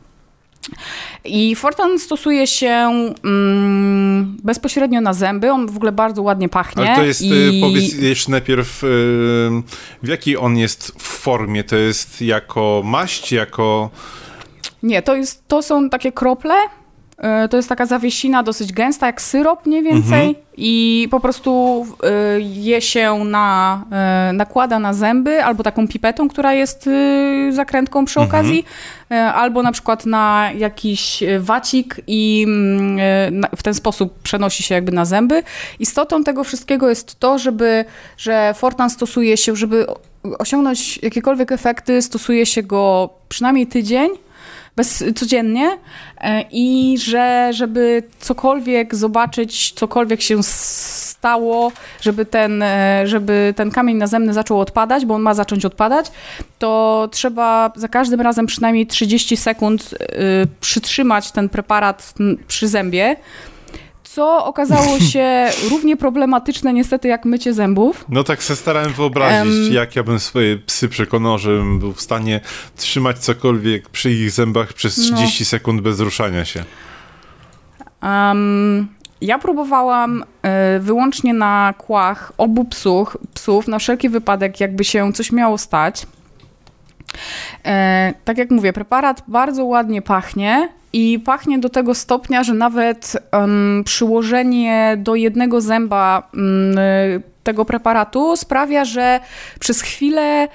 I Fortan stosuje się bezpośrednio na zęby, on w ogóle bardzo ładnie pachnie. Ale to jest, powiedz jeszcze najpierw, w jakiej on jest w formie? To jest jako maść, jako... Nie, to są takie krople. To jest taka zawiesina dosyć gęsta, jak syrop mniej więcej i po prostu je się nakłada na zęby albo taką pipetą, która jest zakrętką przy okazji, albo na przykład na jakiś wacik i w ten sposób przenosi się jakby na zęby. Istotą tego wszystkiego jest to, że Fortan stosuje się, żeby osiągnąć jakiekolwiek efekty, stosuje się go przynajmniej tydzień, codziennie i żeby cokolwiek zobaczyć, cokolwiek się stało, żeby ten kamień nazemny zaczął odpadać, bo on ma zacząć odpadać, to trzeba za każdym razem przynajmniej 30 sekund przytrzymać ten preparat przy zębie, co okazało się równie problematyczne niestety jak mycie zębów. No tak sobie starałem wyobrazić, jak ja bym swoje psy przekonał, żebym był w stanie trzymać cokolwiek przy ich zębach przez 30 sekund bez ruszania się. Ja próbowałam wyłącznie na kłach obu psów na wszelki wypadek, jakby się coś miało stać. Tak jak mówię, preparat bardzo ładnie pachnie i pachnie do tego stopnia, że nawet przyłożenie do jednego zęba tego preparatu sprawia, że przez chwilę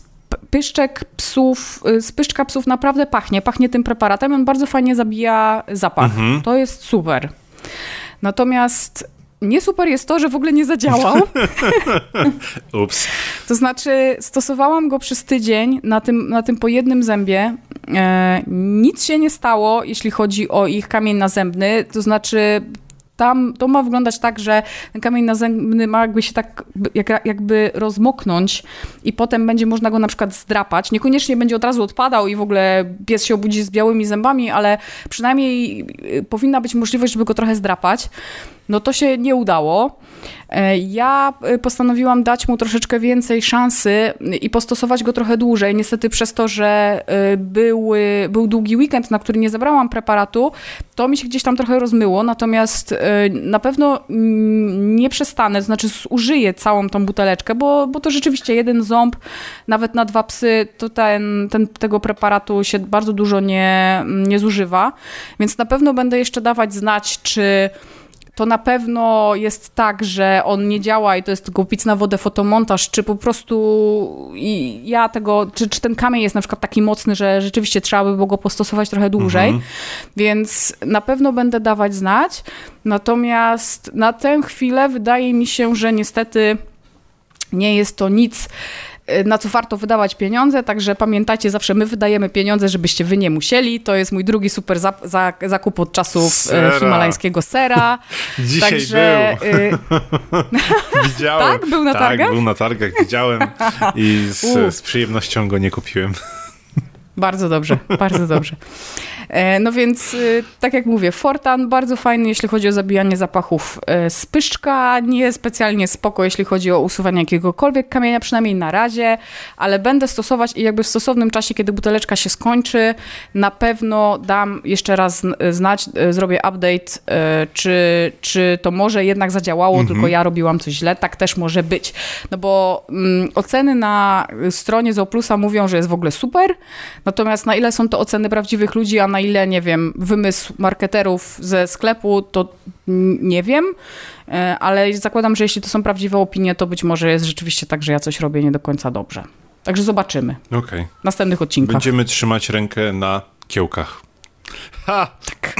pyszczka psów naprawdę pachnie tym preparatem. On bardzo fajnie zabija zapach. To jest super. Natomiast nie super jest to, że w ogóle nie zadziałał. Ups. To znaczy stosowałam go przez tydzień na tym po jednym zębie. Nic się nie stało, jeśli chodzi o ich kamień nazębny. To znaczy to ma wyglądać tak, że ten kamień nazębny ma jakby się tak jakby rozmoknąć i potem będzie można go na przykład zdrapać. Niekoniecznie będzie od razu odpadał i w ogóle pies się obudzi z białymi zębami, ale przynajmniej powinna być możliwość, żeby go trochę zdrapać. No to się nie udało. Ja postanowiłam dać mu troszeczkę więcej szansy i postosować go trochę dłużej. Niestety przez to, że był długi weekend, na który nie zabrałam preparatu, to mi się gdzieś tam trochę rozmyło, natomiast na pewno nie przestanę, to znaczy zużyję całą tą buteleczkę, bo to rzeczywiście jeden ząb, nawet na 2 psy, to tego preparatu się bardzo dużo nie zużywa, więc na pewno będę jeszcze dawać znać, czy to na pewno jest tak, że on nie działa i to jest tylko pic na wodę, fotomontaż, czy po prostu czy ten kamień jest na przykład taki mocny, że rzeczywiście trzeba by było go postosować trochę dłużej, więc na pewno będę dawać znać. Natomiast na tę chwilę wydaje mi się, że niestety nie jest to nic, na co warto wydawać pieniądze, także pamiętajcie, zawsze my wydajemy pieniądze, żebyście wy nie musieli. To jest mój drugi super zakup od czasów himalańskiego sera. Dzisiaj także, był. Widziałem. Tak? Był na targach? Tak, był na targach, widziałem i z przyjemnością go nie kupiłem. Bardzo dobrze, bardzo dobrze. No więc, tak jak mówię, Fortan bardzo fajny, jeśli chodzi o zabijanie zapachów z pyszczka, nie specjalnie spoko, jeśli chodzi o usuwanie jakiegokolwiek kamienia, przynajmniej na razie, ale będę stosować i jakby w stosownym czasie, kiedy buteleczka się skończy, na pewno dam jeszcze raz znać, zrobię update, czy to może jednak zadziałało, tylko ja robiłam coś źle, tak też może być. No bo oceny na stronie Zooplusa mówią, że jest w ogóle super, natomiast na ile są to oceny prawdziwych ludzi, a na ile, nie wiem, wymysł marketerów ze sklepu, to nie wiem, ale zakładam, że jeśli to są prawdziwe opinie, to być może jest rzeczywiście tak, że ja coś robię nie do końca dobrze. Także zobaczymy. Okej. W następnych odcinkach. Będziemy trzymać rękę na kiełkach. Ha! Tak.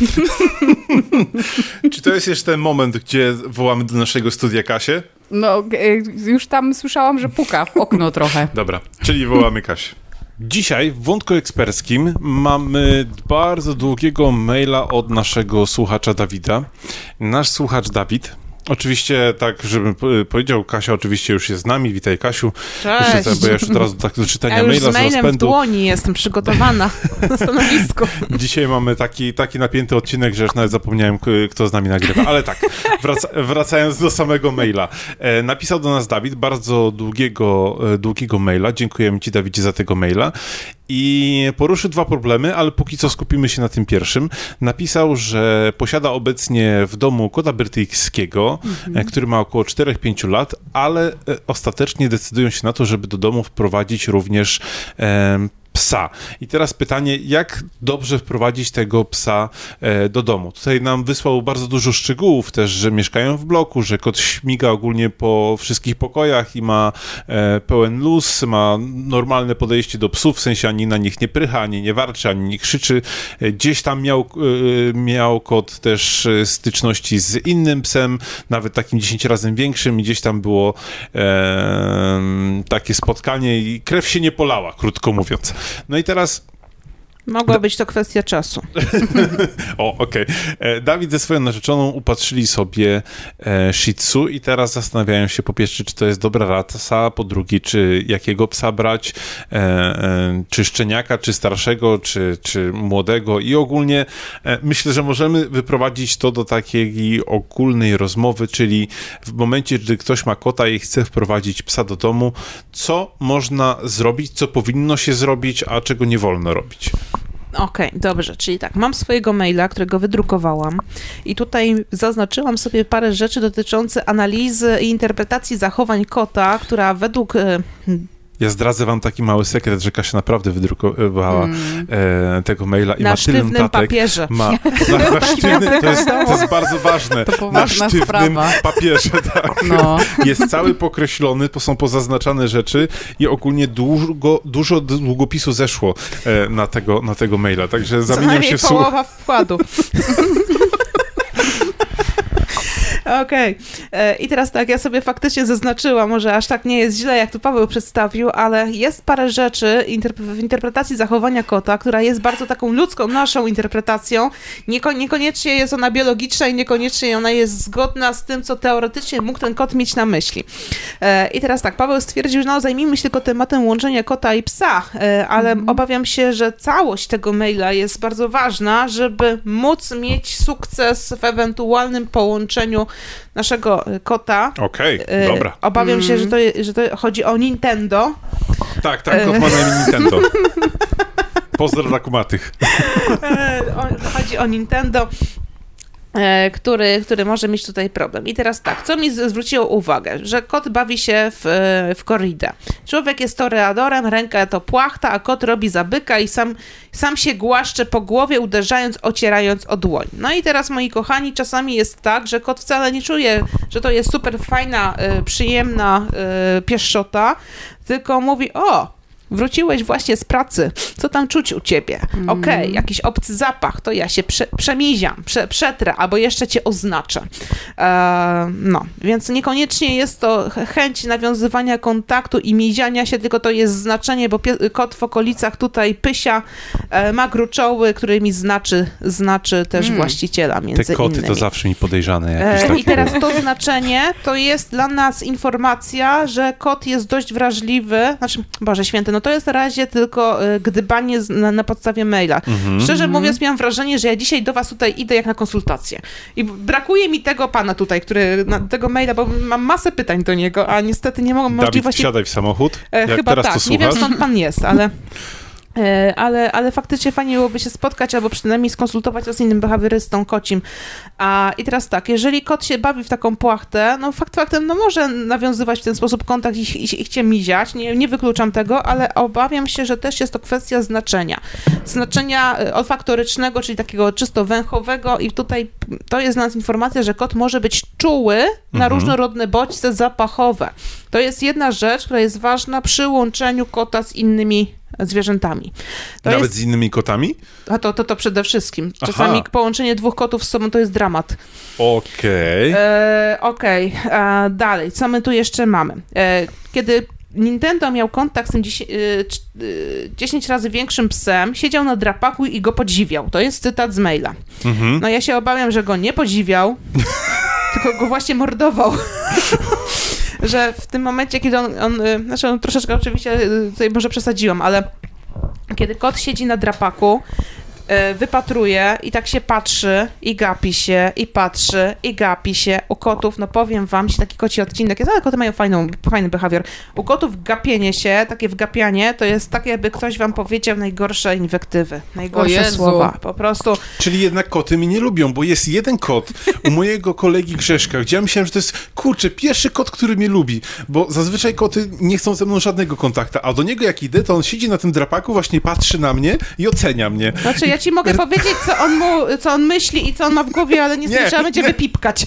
Czy to jest jeszcze ten moment, gdzie wołamy do naszego studia Kasię? No, już tam słyszałam, że puka w okno trochę. Dobra, czyli wołamy Kasię. Dzisiaj w wątku eksperckim mamy bardzo długiego maila od naszego słuchacza Dawida. Nasz słuchacz Dawid, oczywiście tak, żebym powiedział, Kasia oczywiście już jest z nami. Witaj, Kasiu. Cześć. Bo ja już od razu tak do czytania Ja już maila z mailem w dłoni jestem przygotowana na stanowisku. Dzisiaj mamy taki napięty odcinek, że już nawet zapomniałem, kto z nami nagrywa. Ale tak, wracając do samego maila. Napisał do nas Dawid bardzo długiego maila. Dziękujemy ci, Dawidzie, za tego maila. I poruszy dwa problemy, ale póki co skupimy się na tym pierwszym. Napisał, że posiada obecnie w domu kota brytyjskiego, który ma około 4-5 lat, ale ostatecznie decydują się na to, żeby do domu wprowadzić również psa. I teraz pytanie, jak dobrze wprowadzić tego psa do domu? Tutaj nam wysłał bardzo dużo szczegółów też, że mieszkają w bloku, że kot śmiga ogólnie po wszystkich pokojach i ma pełen luz, ma normalne podejście do psów, w sensie ani na nich nie prycha, ani nie warczy, ani nie krzyczy. Gdzieś tam miał kot też styczności z innym psem, nawet takim 10 razy większym i gdzieś tam było takie spotkanie i krew się nie polała, krótko mówiąc. No i teraz... Mogła być to kwestia czasu. O, okej. Dawid ze swoją narzeczoną upatrzyli sobie Shih Tzu i teraz zastanawiają się po pierwsze, czy to jest dobra rasa, po drugie, czy jakiego psa brać, czy szczeniaka, czy starszego, czy młodego i ogólnie myślę, że możemy wyprowadzić to do takiej ogólnej rozmowy, czyli w momencie, gdy ktoś ma kota i chce wprowadzić psa do domu, co można zrobić, co powinno się zrobić, a czego nie wolno robić. Okej, dobrze, czyli tak, mam swojego maila, którego wydrukowałam i tutaj zaznaczyłam sobie parę rzeczy dotyczących analizy i interpretacji zachowań kota, która według... Ja zdradzę wam taki mały sekret, że Kasia naprawdę wydrukowała tego maila i na ma tyle sztywnym notatek. Papierze. Na sztywnym, to jest bardzo ważne. To poważna na sztywnym sprawa. papierze, tak. No. Jest cały pokreślony, są pozaznaczane rzeczy i ogólnie dużo długopisu zeszło na tego maila, także zamieniam się w słuch. Połowa wkładu. Okej. I teraz tak, ja sobie faktycznie zaznaczyłam, może aż tak nie jest źle, jak tu Paweł przedstawił, ale jest parę rzeczy w interpretacji zachowania kota, która jest bardzo taką ludzką, naszą interpretacją. Niekoniecznie jest ona biologiczna i niekoniecznie ona jest zgodna z tym, co teoretycznie mógł ten kot mieć na myśli. I teraz tak, Paweł stwierdził, że no zajmijmy się tylko tematem łączenia kota i psa, ale obawiam się, że całość tego maila jest bardzo ważna, żeby móc mieć sukces w ewentualnym połączeniu naszego kota. Okej, dobra. Obawiam się, że to chodzi o Nintendo. Tak, kot ma na imię Nintendo. Pozdro dla kumatych. Chodzi o Nintendo, który może mieć tutaj problem. I teraz tak, co mi zwróciło uwagę, że kot bawi się w korridę. Człowiek jest toreadorem, ręka to płachta, a kot robi zabyka i sam się głaszcze po głowie, uderzając, ocierając o dłoń. No i teraz, moi kochani, czasami jest tak, że kot wcale nie czuje, że to jest super fajna, przyjemna pieszczota, tylko mówi, wróciłeś właśnie z pracy, co tam czuć u ciebie? Okej, jakiś obcy zapach, to ja się przemiziam, przetrę, albo jeszcze cię oznaczę. No, więc niekoniecznie jest to chęć nawiązywania kontaktu i miziania się, tylko to jest znaczenie, bo kot w okolicach tutaj pysia, ma gruczoły, którymi znaczy też właściciela między Te koty innymi. to zawsze mi podejrzane. Jakieś takie... I teraz to znaczenie, to jest dla nas informacja, że kot jest dość wrażliwy, Boże Święty, no no to jest na razie tylko gdybanie na podstawie maila. Szczerze mówiąc, miałam wrażenie, że ja dzisiaj do was tutaj idę jak na konsultację. I brakuje mi tego pana tutaj, tego maila, bo mam masę pytań do niego, a niestety nie mogę możliwości... Dawid, wsiadaj w samochód, jak chyba teraz tak, to słuchasz. nie wiem skąd pan jest, ale faktycznie fajnie byłoby się spotkać albo przynajmniej skonsultować to z innym behawiorystą kocim. I teraz tak, jeżeli kot się bawi w taką płachtę, no faktem, no może nawiązywać w ten sposób kontakt i chcie miziać, nie wykluczam tego, ale obawiam się, że też jest to kwestia znaczenia olfaktorycznego, czyli takiego czysto węchowego i tutaj to jest dla nas informacja, że kot może być czuły na różnorodne bodźce zapachowe. To jest jedna rzecz, która jest ważna przy łączeniu kota z innymi zwierzętami. Nawet z innymi kotami? A to przede wszystkim. Czasami połączenie 2 kotów z sobą to jest dramat. Okej. Dalej, co my tu jeszcze mamy? Kiedy Nintendo miał kontakt z tym 10 razy większym psem, siedział na drapaku i go podziwiał. To jest cytat z maila. No ja się obawiam, że go nie podziwiał, tylko go właśnie mordował. Że w tym momencie, kiedy on troszeczkę oczywiście tutaj może przesadziłam, ale kiedy kot siedzi na drapaku, wypatruje i tak się patrzy i gapi się i patrzy i gapi się. U kotów, no powiem wam, taki koci odcinek jest, ale koty mają fajny behawior. U kotów gapienie się, takie wgapianie, to jest tak, jakby ktoś wam powiedział najgorsze inwektywy, najgorsze słowa. Po prostu. Czyli jednak koty mnie nie lubią, bo jest jeden kot u mojego kolegi Grzeszka, gdzie ja myślałem, że to jest, pierwszy kot, który mnie lubi, bo zazwyczaj koty nie chcą ze mną żadnego kontaktu, a do niego jak idę, to on siedzi na tym drapaku, właśnie patrzy na mnie i ocenia mnie. Znaczy, ja ci mogę powiedzieć, co on myśli i co on ma w głowie, ale nie trzeba będzie wypipkać.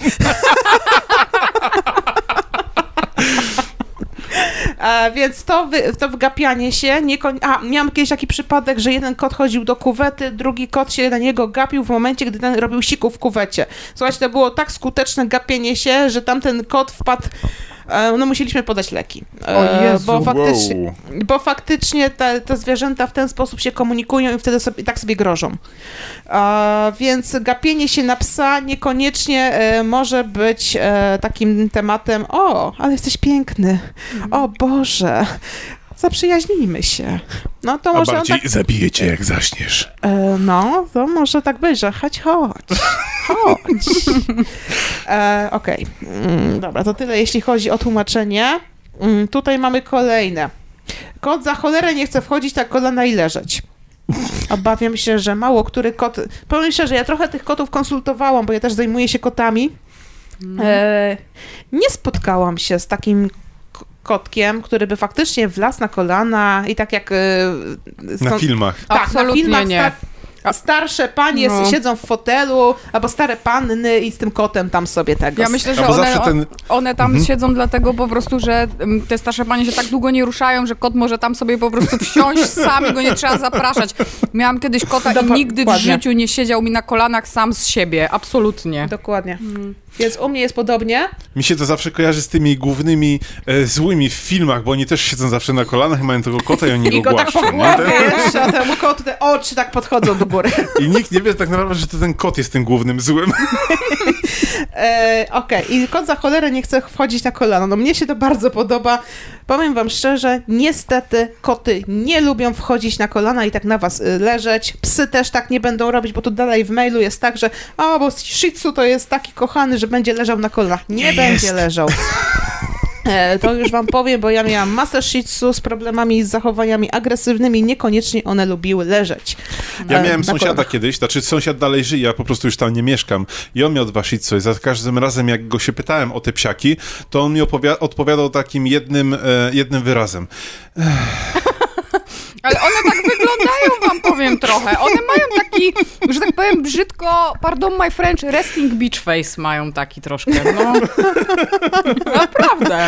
Więc to wgapianie się, miałam kiedyś taki przypadek, że jeden kot chodził do kuwety, drugi kot się na niego gapił w momencie, gdy ten robił siku w kuwecie. Słuchajcie, to było tak skuteczne gapienie się, że tamten kot wpadł, no musieliśmy podać leki. O Jezu. Bo faktycznie te zwierzęta w ten sposób się komunikują i wtedy tak sobie grożą. Więc gapienie się na psa niekoniecznie może być takim tematem, ale jesteś piękny, o Boże, zaprzyjaźnijmy się. No to może bardziej zabiję cię, jak zaśniesz. No, to może tak być, że chodź. Okej. Dobra, to tyle, jeśli chodzi o tłumaczenie. Tutaj mamy kolejne. Kot za cholerę nie chce wchodzić na kolana i leżeć. Obawiam się, że mało który kot... Powiem szczerze, ja trochę tych kotów konsultowałam, bo ja też zajmuję się kotami. Nie spotkałam się z takim kotkiem, który by faktycznie wlazł na kolana i tak jak... Na filmach. Tak, absolutnie na filmach nie. Starsze panie siedzą w fotelu, albo stare panny i z tym kotem tam sobie tego. Ja myślę, że one tam siedzą dlatego po prostu, że te starsze panie się tak długo nie ruszają, że kot może tam sobie po prostu wsiąść sam i go nie trzeba zapraszać. Miałam kiedyś kota i nigdy w życiu nie siedział mi na kolanach sam z siebie. Absolutnie. Dokładnie. Więc u mnie jest podobnie. Mi się to zawsze kojarzy z tymi głównymi złymi w filmach, bo oni też siedzą zawsze na kolanach i mają tego kota i oni go głaszczą. Tak po głowie, jeszcze, a temu kotu te oczy tak podchodzą do góry. I nikt nie wie tak naprawdę, że to ten kot jest tym głównym złym. Okej. I kot za cholerę nie chce wchodzić na kolano. No mnie się to bardzo podoba. Powiem wam szczerze, niestety koty nie lubią wchodzić na kolana i tak na was leżeć. Psy też tak nie będą robić, bo tu dalej w mailu jest tak, że bo Shih Tzu to jest taki kochany, że będzie leżał na kolanach. Nie będzie leżał. To już wam powiem, bo ja miałam masę Shih Tzu z problemami, z zachowaniami agresywnymi, niekoniecznie one lubiły leżeć. Ja miałem sąsiada kiedyś, znaczy sąsiad dalej żyje, ja po prostu już tam nie mieszkam i on miał 2 Shih Tzu i za każdym razem jak go się pytałem o te psiaki, to on mi odpowiadał takim jednym wyrazem. Ale one tak wyglądają, wam powiem trochę. One mają taki, że tak powiem brzydko, pardon my French, resting beach face mają taki troszkę, no. Naprawdę.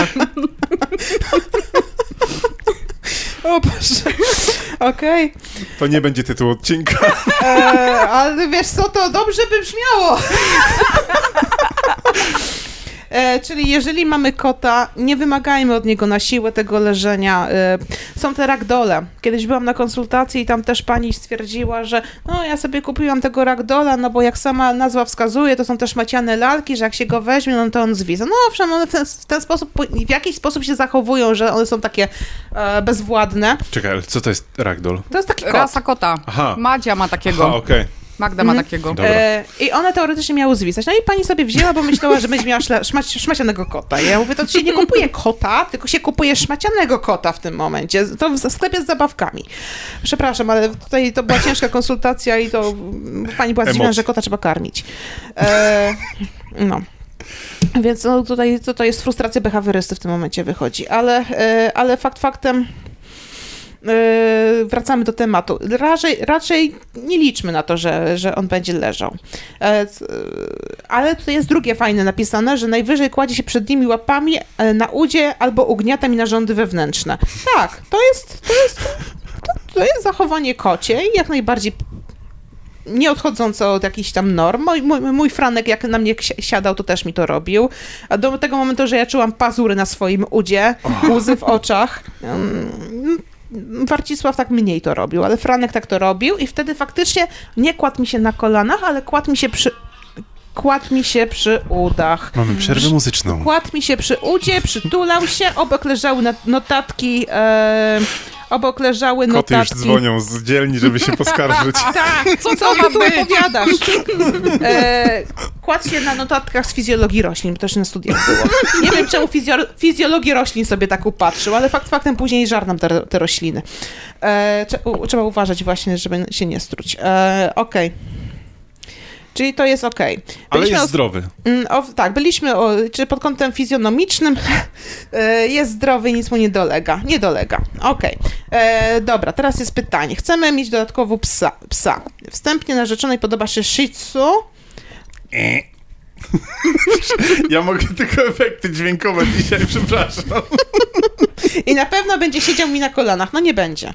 O Boże. Okej. To nie będzie tytuł odcinka. Ale wiesz co, to dobrze by brzmiało. Czyli jeżeli mamy kota, nie wymagajmy od niego na siłę tego leżenia. Są te ragdolle. Kiedyś byłam na konsultacji i tam też pani stwierdziła, że no ja sobie kupiłam tego ragdolla, no bo jak sama nazwa wskazuje, to są też maciane lalki, że jak się go weźmie, no to on zwisa. No owszem, one w ten sposób, w jakiś sposób się zachowują, że one są takie bezwładne. Czekaj, ale co to jest ragdoll? To jest taki kot. Rasa kota. Aha. Madzia ma takiego. Aha, okej. Magda ma takiego. Dobra. I one teoretycznie miały zwisać. No i pani sobie wzięła, bo myślała, że będzie miała szmacianego kota. Ja mówię, to się nie kupuje kota, tylko się kupuje szmacianego kota w tym momencie. To w sklepie z zabawkami. Przepraszam, ale tutaj to była ciężka konsultacja i to pani była zdziwiona, że kota trzeba karmić. No. Więc no, tutaj to jest frustracja behawiorysty w tym momencie wychodzi. Ale faktem wracamy do tematu. Raczej nie liczmy na to, że on będzie leżał. Ale tutaj jest drugie fajne napisane, że najwyżej kładzie się przednimi łapami na udzie albo ugniata mi narządy wewnętrzne. Tak, to jest zachowanie kocie i jak najbardziej nie odchodzące od jakichś tam norm. Mój Franek, jak na mnie siadał, to też mi to robił. A do tego momentu, że ja czułam pazury na swoim udzie, łzy w oczach. Warcisław tak mniej to robił, ale Franek tak to robił i wtedy faktycznie nie kładł mi się na kolanach, ale kładł mi się przy udach. Mamy przerwę muzyczną. Kładł mi się przy udzie, przytulał się, obok leżały notatki. Obok leżały notatki. Koty już dzwonią z dzielni, żeby się poskarżyć. Tak, co ty tu opowiadasz? Kładł się na notatkach z fizjologii roślin, bo też na studiach było. Nie wiem, czemu fizjologii roślin sobie tak upatrzył, ale faktem później żarnam te rośliny. Trzeba uważać właśnie, żeby się nie struć. Okej. Czyli to jest okej. Ale jest zdrowy. Tak, byliśmy, czy pod kątem fizjonomicznym jest zdrowy i nic mu nie dolega. Okej. Dobra, teraz jest pytanie. Chcemy mieć dodatkowo psa. Wstępnie narzeczonej podoba się Shih Tzu. Ja mogę tylko efekty dźwiękowe dzisiaj, przepraszam. I na pewno będzie siedział mi na kolanach. No nie będzie.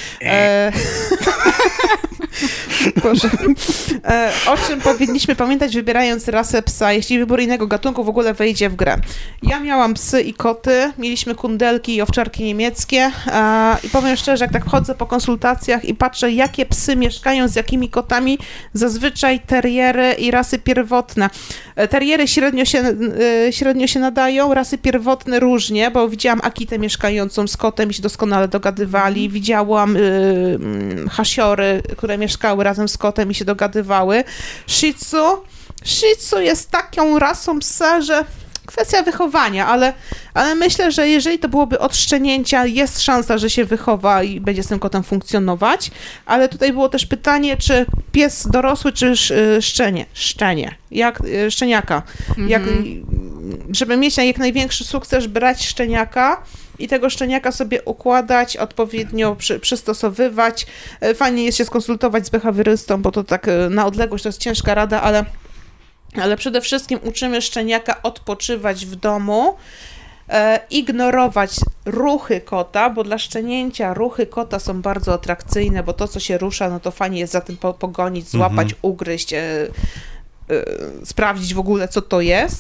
Boże. O czym powinniśmy pamiętać, wybierając rasę psa, jeśli wybór innego gatunku w ogóle wejdzie w grę. Ja miałam psy i koty, mieliśmy kundelki i owczarki niemieckie i powiem szczerze, jak tak chodzę po konsultacjach i patrzę, jakie psy mieszkają z jakimi kotami, zazwyczaj teriery i rasy pierwotne. Teriery średnio się nadają, rasy pierwotne różnie, bo widziałam Akitę mieszkającą z kotem i się doskonale dogadywali. Widziałam hasiory, które mieszkały razem z kotem i się dogadywały. Shih Tzu jest taką rasą psa, że kwestia wychowania, ale myślę, że jeżeli to byłoby od szczenięcia, jest szansa, że się wychowa i będzie z tym kotem funkcjonować, ale tutaj było też pytanie, czy pies dorosły, czy szczeniaka. Żeby mieć jak największy sukces, brać szczeniaka i tego szczeniaka sobie układać, odpowiednio przystosowywać. Fajnie jest się skonsultować z behawiorystą, bo to tak na odległość to jest ciężka rada, ale przede wszystkim uczymy szczeniaka odpoczywać w domu, ignorować ruchy kota, bo dla szczenięcia ruchy kota są bardzo atrakcyjne, bo to, co się rusza, no to fajnie jest za tym pogonić, złapać, ugryźć, sprawdzić w ogóle, co to jest.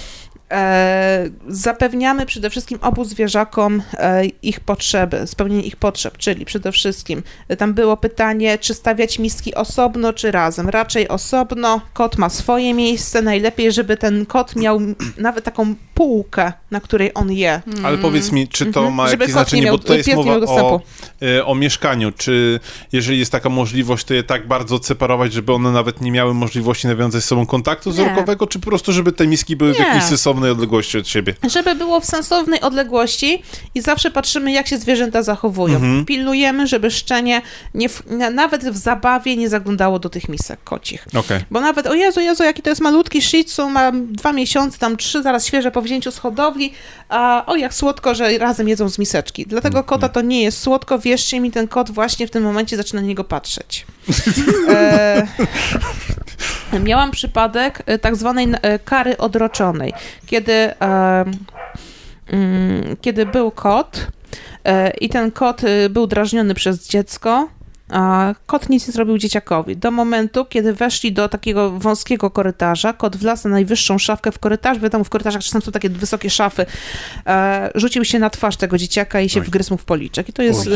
Zapewniamy przede wszystkim obu zwierzakom ich potrzeby, spełnienie ich potrzeb, czyli przede wszystkim tam było pytanie, czy stawiać miski osobno, czy razem. Raczej osobno, kot ma swoje miejsce, najlepiej, żeby ten kot miał nawet taką półkę, na której on je. Ale powiedz mi, czy to ma Żeby jakieś kot nie znaczenie, miał- bo tutaj jest pies nie miał mowa dostępu. o mieszkaniu, czy jeżeli jest taka możliwość, to je tak bardzo odseparować, żeby one nawet nie miały możliwości nawiązać z sobą kontaktu wzrokowego, czy po prostu, żeby te miski były w Nie. jakiejś sensownej odległości od siebie? Żeby było w sensownej odległości i zawsze patrzymy, jak się zwierzęta zachowują. Pilnujemy, żeby szczenie nawet w zabawie nie zaglądało do tych misek kocich. Okej. Bo nawet, o Jezu, jaki to jest malutki Shih Tzu, ma 2 miesiące, tam 3, zaraz świeże po wzięciu z hodowli, a jak słodko, że razem jedzą z miseczki. Dlatego kota to nie jest słodko, wierzcie mi, ten kot właśnie w tym momencie zaczyna na niego patrzeć. Miałam przypadek tak zwanej kary odroczonej, kiedy był kot i ten kot był drażniony przez dziecko kot nic nie zrobił dzieciakowi. Do momentu, kiedy weszli do takiego wąskiego korytarza, kot wlazł na najwyższą szafkę w korytarzu, wiadomo, w korytarzach czasem są takie wysokie szafy, rzucił się na twarz tego dzieciaka i się wgryzł mu w policzek. I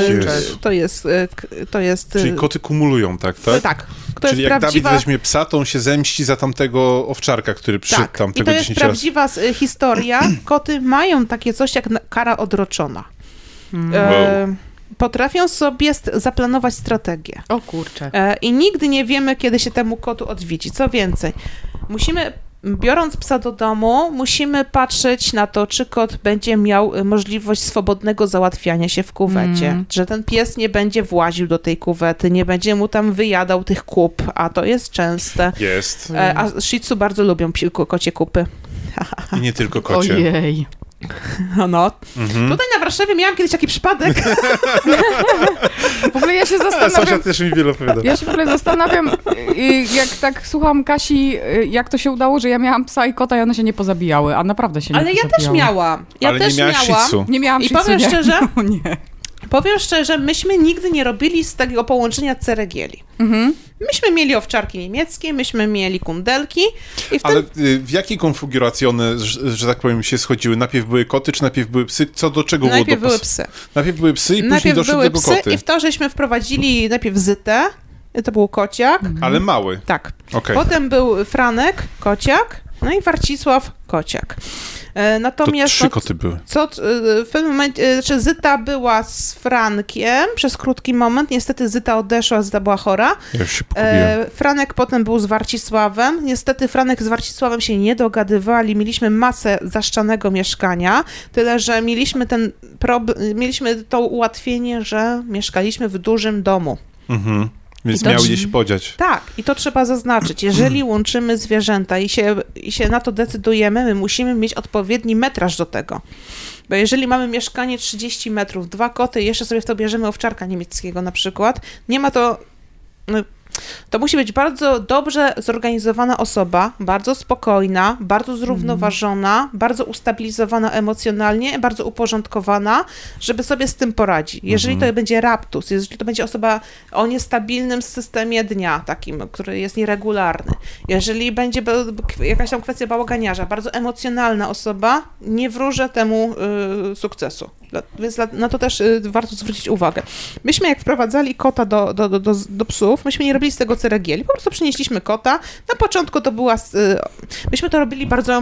to jest... Czyli koty kumulują, tak? Tak. Czyli jak Dawid weźmie psa, to on się zemści za tamtego owczarka, który przyszedł tam tego 10 razy. I to jest prawdziwa historia. Koty mają takie coś jak kara odroczona. Potrafią sobie zaplanować strategię. O kurczę. I nigdy nie wiemy, kiedy się temu kotu odwiedzi. Co więcej, biorąc psa do domu, musimy patrzeć na to, czy kot będzie miał możliwość swobodnego załatwiania się w kuwecie. Że ten pies nie będzie właził do tej kuwety, nie będzie mu tam wyjadał tych kup, a to jest częste. Jest. A Shih Tzu bardzo lubią kocie kupy. I nie tylko kocie. Ojej. No. Tutaj na Warszawie miałam kiedyś taki przypadek. W ogóle ja się zastanawiam... Sąsiad też mi wiele opowiadał. Ja się w ogóle zastanawiam, jak tak słucham Kasi, jak to się udało, że ja miałam psa i kota i one się nie pozabijały, a naprawdę się nie pozabijały. Ale ja też miałam. Ale nie miałaś Shih Tzu. Nie miałam I powiem szczerze, nie. Powiem szczerze, myśmy nigdy nie robili z tego połączenia ceregieli. Myśmy mieli owczarki niemieckie, myśmy mieli kundelki. Ale w jakiej konfiguracji one, że tak powiem, się schodziły? Najpierw były koty, czy najpierw były psy? Co do czego było Najpierw były psy. Najpierw były psy i później doszły do tego koty. I w to, żeśmy wprowadzili najpierw Zytę, to był kociak. Ale mały. Tak. Okay. Potem był Franek, kociak, no i Warcisław, kociak. Natomiast to 3 koty były. W pewnym momencie, Zyta była z Frankiem przez krótki moment. Niestety Zyta odeszła, Zyta była chora. Ja już się pogubiłem. Franek potem był z Warcisławem. Niestety Franek z Warcisławem się nie dogadywali. Mieliśmy masę zaszczanego mieszkania, tyle że mieliśmy to ułatwienie, że mieszkaliśmy w dużym domu. Więc miał gdzie się podziać. Tak, i to trzeba zaznaczyć. Jeżeli łączymy zwierzęta i się na to decydujemy, my musimy mieć odpowiedni metraż do tego. Bo jeżeli mamy mieszkanie 30 metrów, 2 koty i jeszcze sobie w to bierzemy owczarka niemieckiego na przykład, nie ma to... To musi być bardzo dobrze zorganizowana osoba, bardzo spokojna, bardzo zrównoważona, bardzo ustabilizowana emocjonalnie, bardzo uporządkowana, żeby sobie z tym poradzić. Jeżeli to będzie raptus, jeżeli to będzie osoba o niestabilnym systemie dnia, takim, który jest nieregularny, jeżeli będzie jakaś tam kwestia bałaganiarza, bardzo emocjonalna osoba, nie wróżę temu sukcesu. Więc na to też warto zwrócić uwagę. Myśmy jak wprowadzali kota do psów, myśmy nie robili z tego ceregieli, po prostu przynieśliśmy kota. Na początku to była... Myśmy to robili bardzo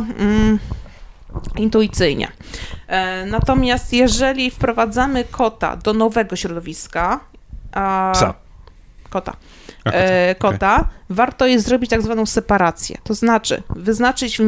intuicyjnie. Natomiast jeżeli wprowadzamy kota do nowego środowiska... Psa. Kota. Kota, warto jest zrobić tak zwaną separację. To znaczy wyznaczyć w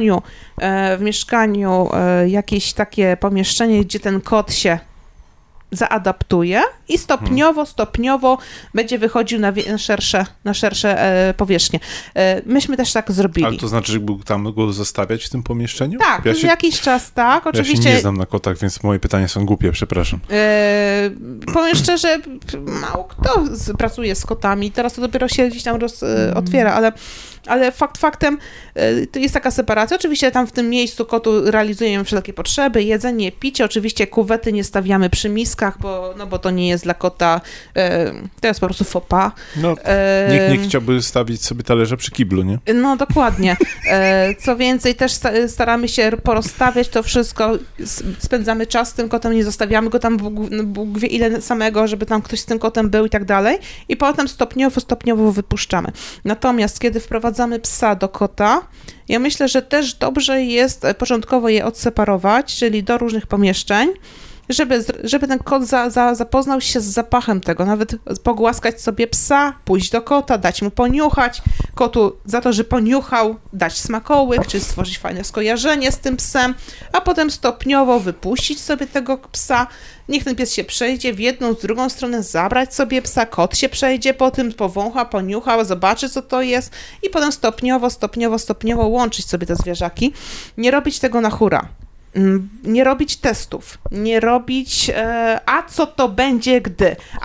mieszkaniu jakieś takie pomieszczenie, gdzie ten kot się zaadaptuje i stopniowo będzie wychodził na szersze powierzchnie. Myśmy też tak zrobili. Ale to znaczy, że był tam go zostawiać w tym pomieszczeniu? Tak, jakiś czas tak. Oczywiście. Ja się nie znam na kotach, więc moje pytania są głupie, przepraszam. Powiem szczerze, mało kto pracuje z kotami. Teraz to dopiero się gdzieś tam otwiera, ale faktem to jest taka separacja. Oczywiście tam w tym miejscu kotu realizujemy wszelkie potrzeby, jedzenie, picie. Oczywiście kuwety nie stawiamy przy miskach, bo to nie jest dla kota, to jest po prostu faux pas. No, nikt nie chciałby stawić sobie talerza przy kiblu, nie? No, dokładnie. Co więcej, też staramy się porozstawiać to wszystko, spędzamy czas z tym kotem, nie zostawiamy go tam Bóg wie ile samego, żeby tam ktoś z tym kotem był i tak dalej. I potem stopniowo wypuszczamy. Natomiast kiedy wprowadzamy psa do kota, ja myślę, że też dobrze jest początkowo je odseparować, czyli do różnych pomieszczeń, żeby ten kot zapoznał się z zapachem tego, nawet pogłaskać sobie psa, pójść do kota, dać mu poniuchać, kotu za to, że poniuchał, dać smakołyk, czy stworzyć fajne skojarzenie z tym psem, a potem stopniowo wypuścić sobie tego psa, niech ten pies się przejdzie w jedną, z drugą stronę, zabrać sobie psa, kot się przejdzie, potem powącha, poniucha, zobaczy co to jest i potem stopniowo łączyć sobie te zwierzaki, nie robić tego na hura. Nie robić testów, nie robić, a co to będzie gdy, a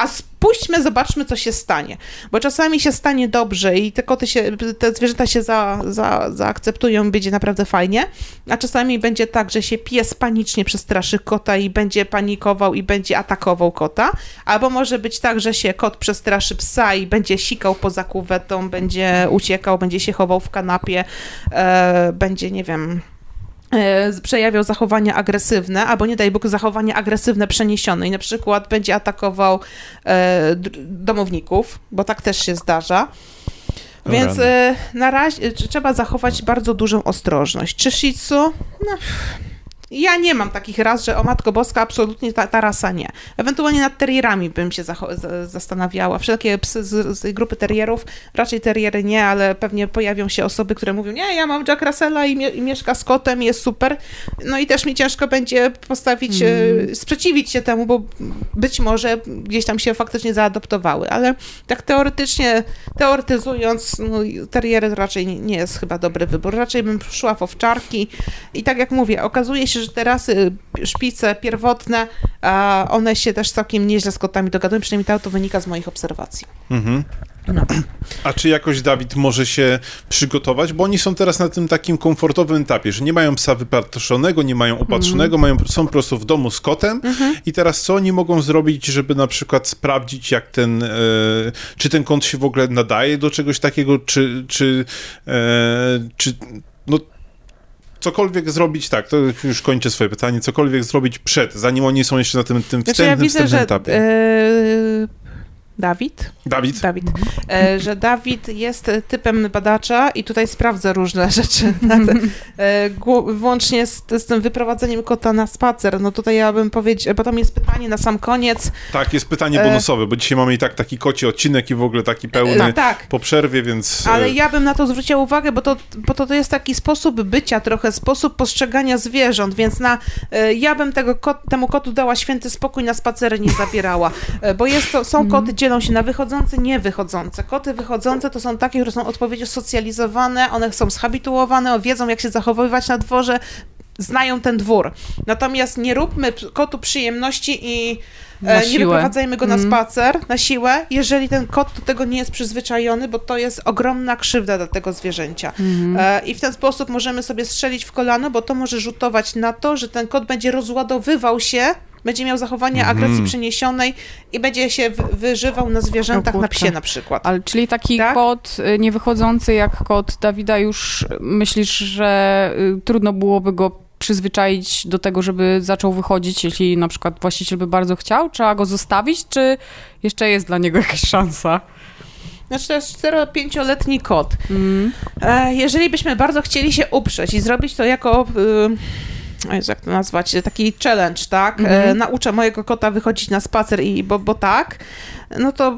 puśćmy, zobaczmy, co się stanie. Bo czasami się stanie dobrze i te zwierzęta się zaakceptują i będzie naprawdę fajnie, a czasami będzie tak, że się pies panicznie przestraszy kota i będzie panikował i będzie atakował kota, albo może być tak, że się kot przestraszy psa i będzie sikał poza kuwetą, będzie uciekał, będzie się chował w kanapie, będzie, nie wiem, przejawiał zachowania agresywne, albo nie daj Bóg zachowanie agresywne przeniesione i na przykład będzie atakował domowników, bo tak też się zdarza. Więc na razie trzeba zachować bardzo dużą ostrożność. Czy Shih Tzu? No, ja nie mam takich ras, że o Matko Boska, absolutnie ta rasa nie. Ewentualnie nad terrierami bym się zastanawiała. Wszelkie psy z grupy terrierów, raczej terriery nie, ale pewnie pojawią się osoby, które mówią, nie, ja mam Jack Russella i mieszka z kotem, jest super. No i też mi ciężko będzie sprzeciwić się temu, bo być może gdzieś tam się faktycznie zaadoptowały, ale tak teoretyzując, no, terriery raczej nie jest chyba dobry wybór. Raczej bym szła w owczarki i tak jak mówię, okazuje się, że te rasy szpice pierwotne, one się też całkiem nieźle z kotami dogadują, przynajmniej to wynika z moich obserwacji. Mhm. No. A czy jakoś Dawid może się przygotować? Bo oni są teraz na tym takim komfortowym etapie, że nie mają psa wypatrzonego, nie mają opatrzonego, są po prostu w domu z kotem i teraz co oni mogą zrobić, żeby na przykład sprawdzić, jak czy ten kot się w ogóle nadaje do czegoś takiego, czy no cokolwiek zrobić, tak, to już kończę swoje pytanie, cokolwiek zrobić zanim oni są jeszcze na tym wstępnym etapie. Dawid. Że Dawid jest typem badacza i tutaj sprawdza różne rzeczy. Włącznie z tym wyprowadzeniem kota na spacer. No tutaj ja bym powiedział, bo tam jest pytanie na sam koniec. Tak, jest pytanie bonusowe, bo dzisiaj mamy i tak taki koci odcinek i w ogóle taki pełny po przerwie, więc... Ale ja bym na to zwróciła uwagę, bo to jest taki sposób bycia trochę, sposób postrzegania zwierząt, więc ja bym temu kotu dała święty spokój, na spacery nie zabierała, bo są koty, dzielą się na wychodzące, niewychodzące. Koty wychodzące to są takie, które są odpowiednio socjalizowane, one są zhabituowane, wiedzą, jak się zachowywać na dworze, znają ten dwór. Natomiast nie róbmy kotu przyjemności i nie wyprowadzajmy go na spacer, na siłę, jeżeli ten kot do tego nie jest przyzwyczajony, bo to jest ogromna krzywda dla tego zwierzęcia. I w ten sposób możemy sobie strzelić w kolano, bo to może rzutować na to, że ten kot będzie rozładowywał się, będzie miał zachowanie agresji przeniesionej i będzie się wyżywał na zwierzętach, na psie na przykład. Ale czyli taki kot niewychodzący jak kot Dawida, już myślisz, że trudno byłoby go przyzwyczaić do tego, żeby zaczął wychodzić, jeśli na przykład właściciel by bardzo chciał? Trzeba go zostawić, czy jeszcze jest dla niego jakaś szansa? Znaczy to jest 4-5-letni kot. Jeżeli byśmy bardzo chcieli się uprzeć i zrobić to jako... jak to nazwać, taki challenge, tak? Nauczę mojego kota wychodzić na spacer bo tak, no to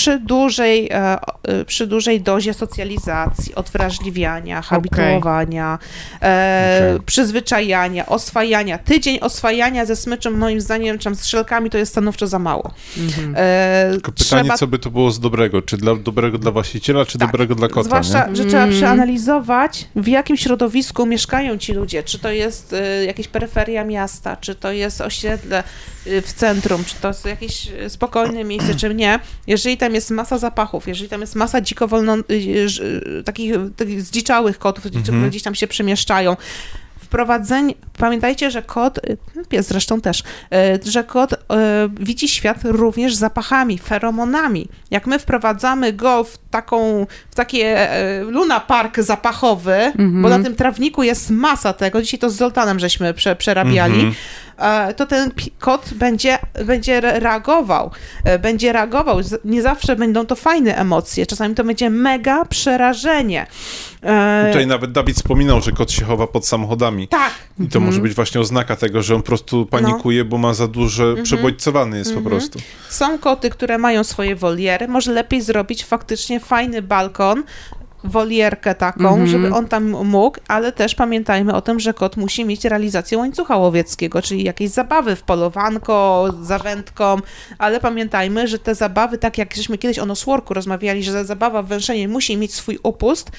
przy dużej dozie socjalizacji, odwrażliwiania, habituowania, przyzwyczajania, oswajania. Tydzień oswajania ze smyczem, moim zdaniem, czy z strzelkami, to jest stanowczo za mało. Tylko pytanie, co by to było z dobrego? Czy dobrego dla właściciela, czy dobrego dla kota? Zwłaszcza, że trzeba przeanalizować, w jakim środowisku mieszkają ci ludzie. Czy to jest jakieś peryferia miasta, czy to jest osiedle w centrum, czy to jest jakieś spokojne miejsce, czy nie. Jeżeli tam jest masa zapachów, jeżeli tam jest masa takich zdziczałych kotów, które gdzieś tam się przemieszczają, pamiętajcie, że kot, pies zresztą też, że kot widzi świat również zapachami, feromonami. Jak my wprowadzamy go w takie Luna Park zapachowy, bo na tym trawniku jest masa tego, dzisiaj to z Zoltanem żeśmy przerabiali, to ten kot będzie reagował. Nie zawsze będą to fajne emocje, czasami to będzie mega przerażenie. Tutaj nawet Dawid wspominał, że kot się chowa pod samochodami. Tak. I to może być właśnie oznaka tego, że on po prostu panikuje, bo ma za dużo, przebodźcowany jest po prostu. Są koty, które mają swoje woliery. Może lepiej zrobić faktycznie fajny balkon, wolierkę taką, żeby on tam mógł, ale też pamiętajmy o tym, że kot musi mieć realizację łańcucha łowieckiego, czyli jakieś zabawy w polowanko, za wędką, ale pamiętajmy, że te zabawy, tak jak żeśmy kiedyś o nosworku rozmawiali, że zabawa w wężenie musi mieć swój upust,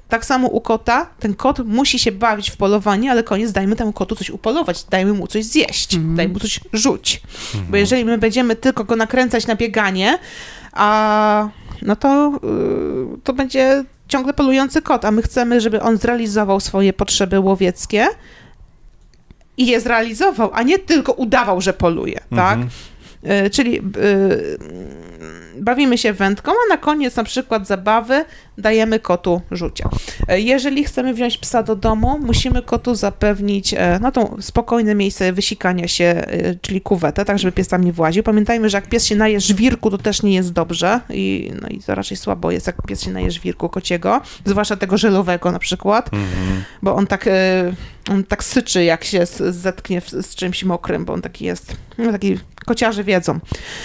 Tak samo u kota, ten kot musi się bawić w polowanie, ale koniec dajmy temu kotu coś upolować, dajmy mu coś zjeść, dajmy mu coś rzuć. Bo jeżeli my będziemy tylko go nakręcać na bieganie, no to będzie ciągle polujący kot, a my chcemy, żeby on zrealizował swoje potrzeby łowieckie i je zrealizował, a nie tylko udawał, że poluje, tak? Czyli bawimy się wędką, a na koniec na przykład zabawy dajemy kotu rzucia. Jeżeli chcemy wziąć psa do domu, musimy kotu zapewnić to spokojne miejsce wysikania się, czyli kuwetę, tak żeby pies tam nie właził. Pamiętajmy, że jak pies się naje żwirku, to też nie jest dobrze i to raczej słabo jest, jak pies się naje żwirku kociego, zwłaszcza tego żelowego na przykład, bo on tak syczy, jak się zetknie z czymś mokrym, bo on taki jest, taki kociarze wiedzą.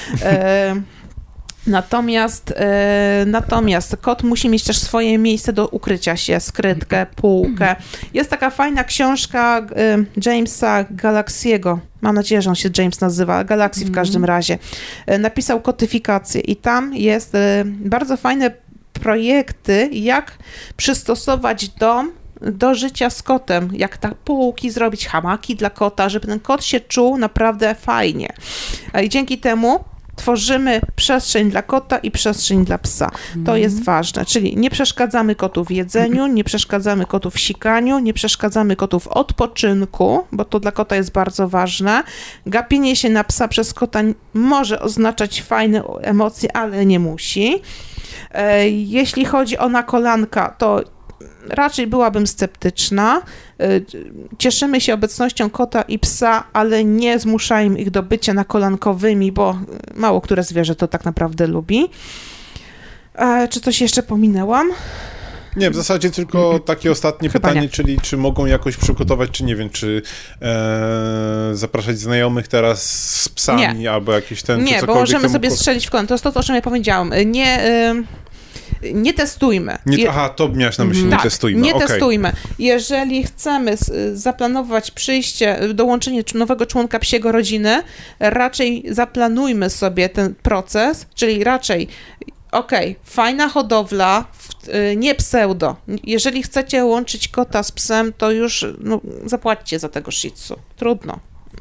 Natomiast kot musi mieć też swoje miejsce do ukrycia się, skrytkę, półkę. Jest taka fajna książka Jamesa Galaxiego. Mam nadzieję, że on się James nazywa, Galaxy w każdym razie. Napisał kotyfikację i tam jest bardzo fajne projekty, jak przystosować dom do życia z kotem, jak tak półki zrobić, hamaki dla kota, żeby ten kot się czuł naprawdę fajnie. I dzięki temu tworzymy przestrzeń dla kota i przestrzeń dla psa. To jest ważne, czyli nie przeszkadzamy kotu w jedzeniu, nie przeszkadzamy kotu w sikaniu, nie przeszkadzamy kotu w odpoczynku, bo to dla kota jest bardzo ważne. Gapienie się na psa przez kota może oznaczać fajne emocje, ale nie musi. Jeśli chodzi o nakolanka, to raczej byłabym sceptyczna. Cieszymy się obecnością kota i psa, ale nie zmuszajmy ich do bycia nakolankowymi, bo mało które zwierzę to tak naprawdę lubi. Czy coś jeszcze pominęłam? Nie, w zasadzie tylko takie ostatnie pytanie, czyli czy mogą jakoś przygotować, czy nie wiem, czy zapraszać znajomych teraz z psami, albo jakieś Nie, bo możemy sobie strzelić w kolano. To jest to, o czym ja powiedziałam. Nie testujmy. To miałaś na myśli, nie testujmy. Nie testujmy. Jeżeli chcemy zaplanować przyjście, dołączenie nowego członka psiego rodziny, raczej zaplanujmy sobie ten proces, czyli raczej fajna hodowla, nie pseudo. Jeżeli chcecie łączyć kota z psem, to już zapłaćcie za tego shih tzu. Trudno.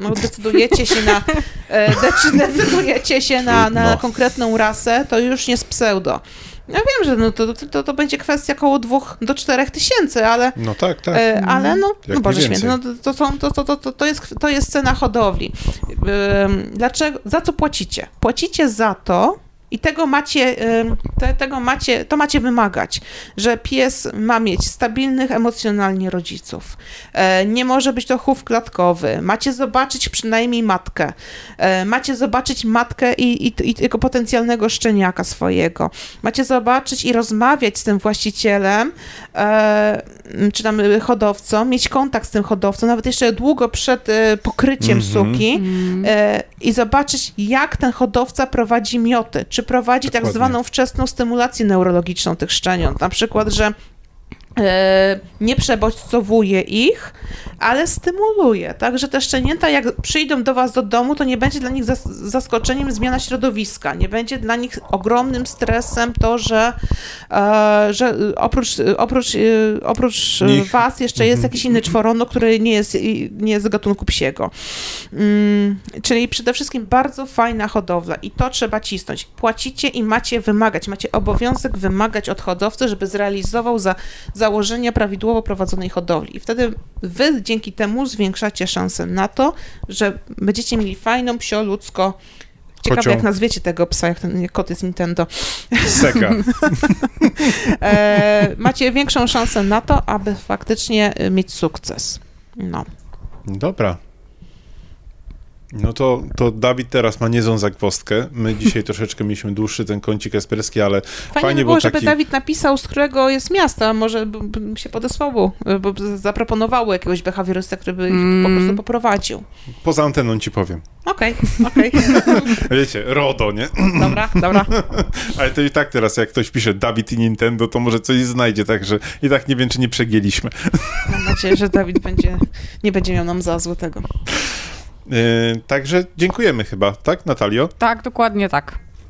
Decydujecie się na konkretną rasę, to już nie jest pseudo. Ja wiem, że to będzie kwestia około 2 do 4 tysięcy, ale... No tak. Ale Boże Święty, to jest cena hodowli. Dlaczego? Za co płacicie? Płacicie za to, i to macie wymagać, że pies ma mieć stabilnych emocjonalnie rodziców. Nie może być to chów klatkowy. Macie zobaczyć przynajmniej matkę. Macie zobaczyć matkę i jego potencjalnego szczeniaka swojego. Macie zobaczyć i rozmawiać z tym właścicielem, czy tam hodowcą, mieć kontakt z tym hodowcą, nawet jeszcze długo przed pokryciem suki i zobaczyć, jak ten hodowca prowadzi mioty, czy prowadzi tak zwaną wczesną stymulację neurologiczną tych szczeniąt. Na przykład, że nie przebodźcowuje ich, ale stymuluje, tak, że te szczenięta jak przyjdą do was do domu, to nie będzie dla nich zaskoczeniem zmiana środowiska, nie będzie dla nich ogromnym stresem to, że oprócz was jeszcze jest jakiś inny czworonok, który nie jest z gatunku psiego. Czyli przede wszystkim bardzo fajna hodowla i to trzeba cisnąć. Płacicie i macie wymagać, macie obowiązek wymagać od hodowcy, żeby zrealizował założenia prawidłowo prowadzonej hodowli. I wtedy wy dzięki temu zwiększacie szanse na to, że będziecie mieli fajną psio-ludzko. Ciekawe, jak nazwiecie tego psa, jak ten kot jest Nintendo. Sega. Macie większą szansę na to, aby faktycznie mieć sukces. Dobra. No to Dawid teraz ma niezłą zagwozdkę. My dzisiaj troszeczkę mieliśmy dłuższy ten kącik esperski, ale fajnie by było, był żeby Dawid napisał, z którego jest miasta. Może bym się podesłał, bo zaproponowało jakiegoś behawiorystę, który by ich po prostu poprowadził. Poza anteną ci powiem. Okej. Wiecie, RODO, nie? Dobra. Ale to i tak teraz, jak ktoś pisze Dawid i Nintendo, to może coś znajdzie, także i tak nie wiem, czy nie przegięliśmy. Mam nadzieję, że Dawid nie będzie miał nam za złe tego. Także dziękujemy chyba, tak, Natalio? Tak, dokładnie tak.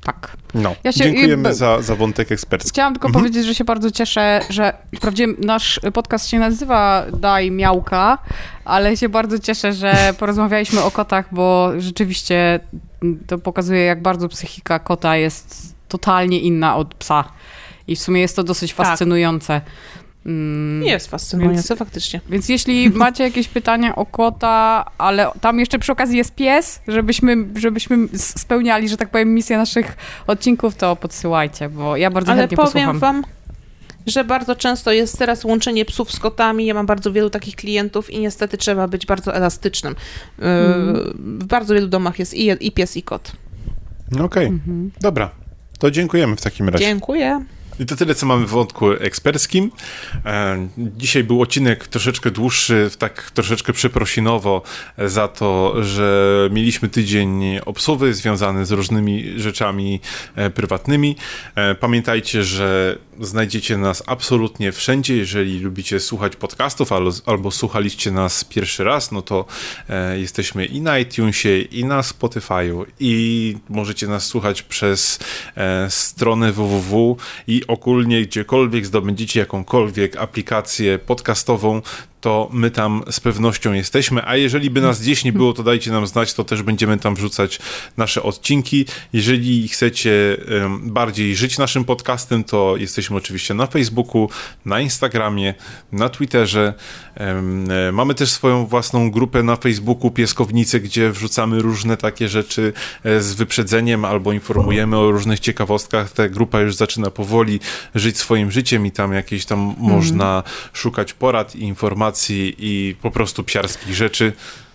Tak. No, dziękujemy za wątek ekspercki. Chciałam tylko powiedzieć, że się bardzo cieszę, że wprawdzie nasz podcast się nazywa Daj Miałka, ale się bardzo cieszę, że porozmawialiśmy o kotach, bo rzeczywiście to pokazuje, jak bardzo psychika kota jest totalnie inna od psa. I w sumie jest to dosyć fascynujące. Jest fascynujące, faktycznie. Więc jeśli macie jakieś pytania o kota, ale tam jeszcze przy okazji jest pies, żebyśmy spełniali, że tak powiem, misję naszych odcinków, to podsyłajcie, bo ja bardzo chętnie posłucham. Ale powiem wam, że bardzo często jest teraz łączenie psów z kotami. Ja mam bardzo wielu takich klientów i niestety trzeba być bardzo elastycznym. W bardzo wielu domach jest i pies, i kot. Okej, dobra. To dziękujemy w takim razie. Dziękuję. I to tyle, co mamy w wątku eksperckim. Dzisiaj był odcinek troszeczkę dłuższy, tak troszeczkę przeprosinowo za to, że mieliśmy tydzień obsuwy związany z różnymi rzeczami prywatnymi. Pamiętajcie, że znajdziecie nas absolutnie wszędzie. Jeżeli lubicie słuchać podcastów albo słuchaliście nas pierwszy raz, no to jesteśmy i na iTunesie, i na Spotify'u, i możecie nas słuchać przez stronę www i ogólnie gdziekolwiek zdobędziecie jakąkolwiek aplikację podcastową, to my tam z pewnością jesteśmy, a jeżeli by nas gdzieś nie było, to dajcie nam znać, to też będziemy tam wrzucać nasze odcinki. Jeżeli chcecie bardziej żyć naszym podcastem, to jesteśmy oczywiście na Facebooku, na Instagramie, na Twitterze. Mamy też swoją własną grupę na Facebooku Pieskownicy, gdzie wrzucamy różne takie rzeczy z wyprzedzeniem albo informujemy o różnych ciekawostkach. Ta grupa już zaczyna powoli żyć swoim życiem i tam jakieś tam można szukać porad i informacji i po prostu psiarskich rzeczy.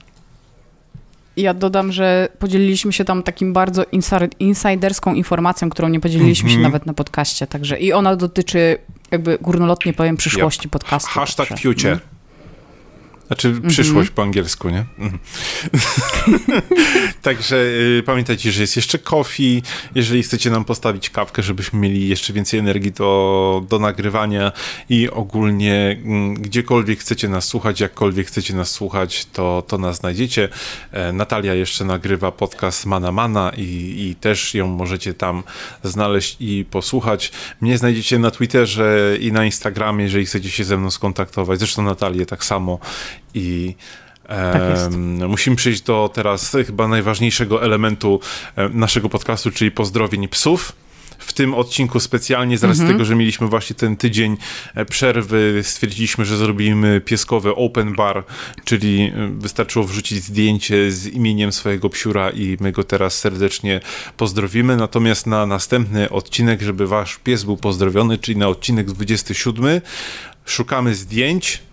Ja dodam, że podzieliliśmy się tam takim bardzo insiderską informacją, którą nie podzieliliśmy się nawet na podcaście, także i ona dotyczy, jakby górnolotnie powiem, przyszłości podcastu. Hashtag future. Znaczy przyszłość po angielsku, nie? Także pamiętajcie, że jest jeszcze coffee. Jeżeli chcecie nam postawić kawkę, żebyśmy mieli jeszcze więcej energii do nagrywania i ogólnie gdziekolwiek chcecie nas słuchać, jakkolwiek chcecie nas słuchać, to nas znajdziecie. Natalia jeszcze nagrywa podcast Mana i też ją możecie tam znaleźć i posłuchać. Mnie znajdziecie na Twitterze i na Instagramie, jeżeli chcecie się ze mną skontaktować. Zresztą Natalię tak samo. I musimy przejść do teraz chyba najważniejszego elementu naszego podcastu, czyli pozdrowień psów. W tym odcinku specjalnie, z racji tego, że mieliśmy właśnie ten tydzień przerwy, stwierdziliśmy, że zrobimy pieskowy open bar, czyli wystarczyło wrzucić zdjęcie z imieniem swojego psiura i my go teraz serdecznie pozdrowimy. Natomiast na następny odcinek, żeby wasz pies był pozdrowiony, czyli na odcinek 27, szukamy zdjęć.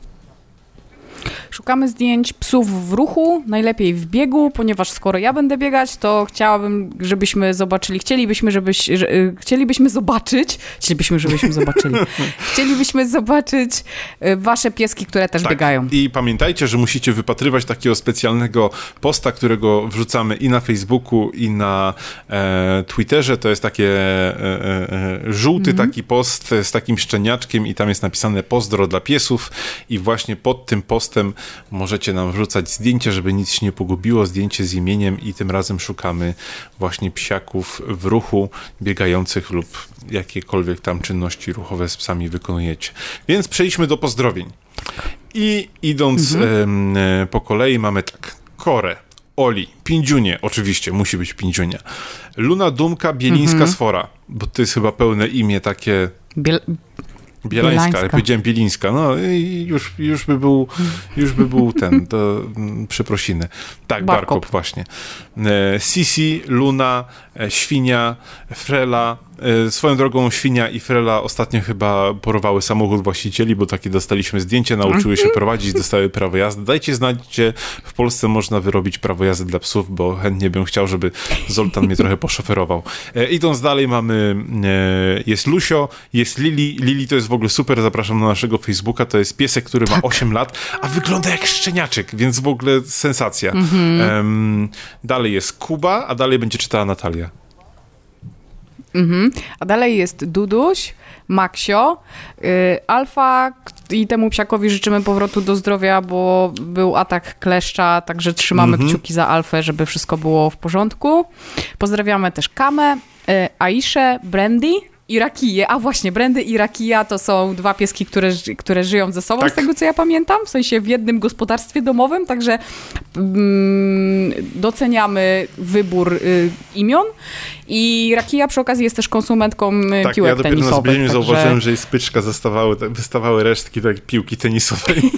Szukamy zdjęć psów w ruchu, najlepiej w biegu, ponieważ skoro ja będę biegać, to chciałabym, żebyśmy zobaczyli, chcielibyśmy zobaczyć wasze pieski, które też biegają. I pamiętajcie, że musicie wypatrywać takiego specjalnego posta, którego wrzucamy i na Facebooku, i na Twitterze. To jest takie żółty taki post z takim szczeniaczkiem i tam jest napisane pozdro dla piesów i właśnie pod tym postem możecie nam wrzucać zdjęcie, żeby nic się nie pogubiło, zdjęcie z imieniem i tym razem szukamy właśnie psiaków w ruchu, biegających lub jakiekolwiek tam czynności ruchowe z psami wykonujecie. Więc przejdźmy do pozdrowień. I idąc po kolei mamy tak, Korę, Oli, Pindziunie, oczywiście, musi być Pindziunia, Luna Dumka, Bielińska Sfora, bo to jest chyba pełne imię takie... Bielańska, ale powiedziałem Bielińska. No i już by był ten, to przeprosiny. Tak, Barkop właśnie. Sisi, Luna, Świnia, Frela. Swoją drogą Świnia i Frela ostatnio chyba porwały samochód właścicieli, bo takie dostaliśmy zdjęcie, nauczyły się prowadzić, dostały prawo jazdy. Dajcie znać, gdzie w Polsce można wyrobić prawo jazdy dla psów, bo chętnie bym chciał, żeby Zoltan mnie trochę poszoferował. Idąc dalej jest Lusio, jest Lili. Lili to jest w ogóle super, zapraszam na naszego Facebooka, to jest piesek, który ma 8 lat, a wygląda jak szczeniaczek, więc w ogóle sensacja. Dalej jest Kuba, a dalej będzie czytała Natalia. A dalej jest Duduś, Maksio, Alfa i temu psiakowi życzymy powrotu do zdrowia, bo był atak kleszcza, także trzymamy kciuki za Alfę, żeby wszystko było w porządku. Pozdrawiamy też Kamę, Aiszę, Brandy i Rakiję. A właśnie, Brandy i Rakija to są 2 pieski, które żyją ze sobą, z tego co ja pamiętam, w sensie w jednym gospodarstwie domowym, także doceniamy wybór imion. I Rakija przy okazji jest też konsumentką piłek tenisowych. Tak, ja dopiero na zbliżeniu zauważyłem, że jej z pyczka wystawały resztki piłki tenisowej.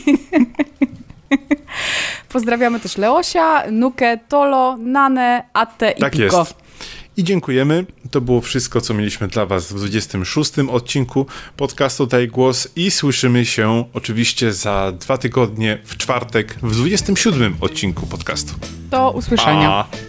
Pozdrawiamy też Leosia, Nukę, Tolo, Nanę, Attę i tak Piko. Jest. I dziękujemy. To było wszystko, co mieliśmy dla was w 26. odcinku podcastu Daj Głos i słyszymy się oczywiście za 2 tygodnie w czwartek w 27. odcinku podcastu. Do usłyszenia. Pa.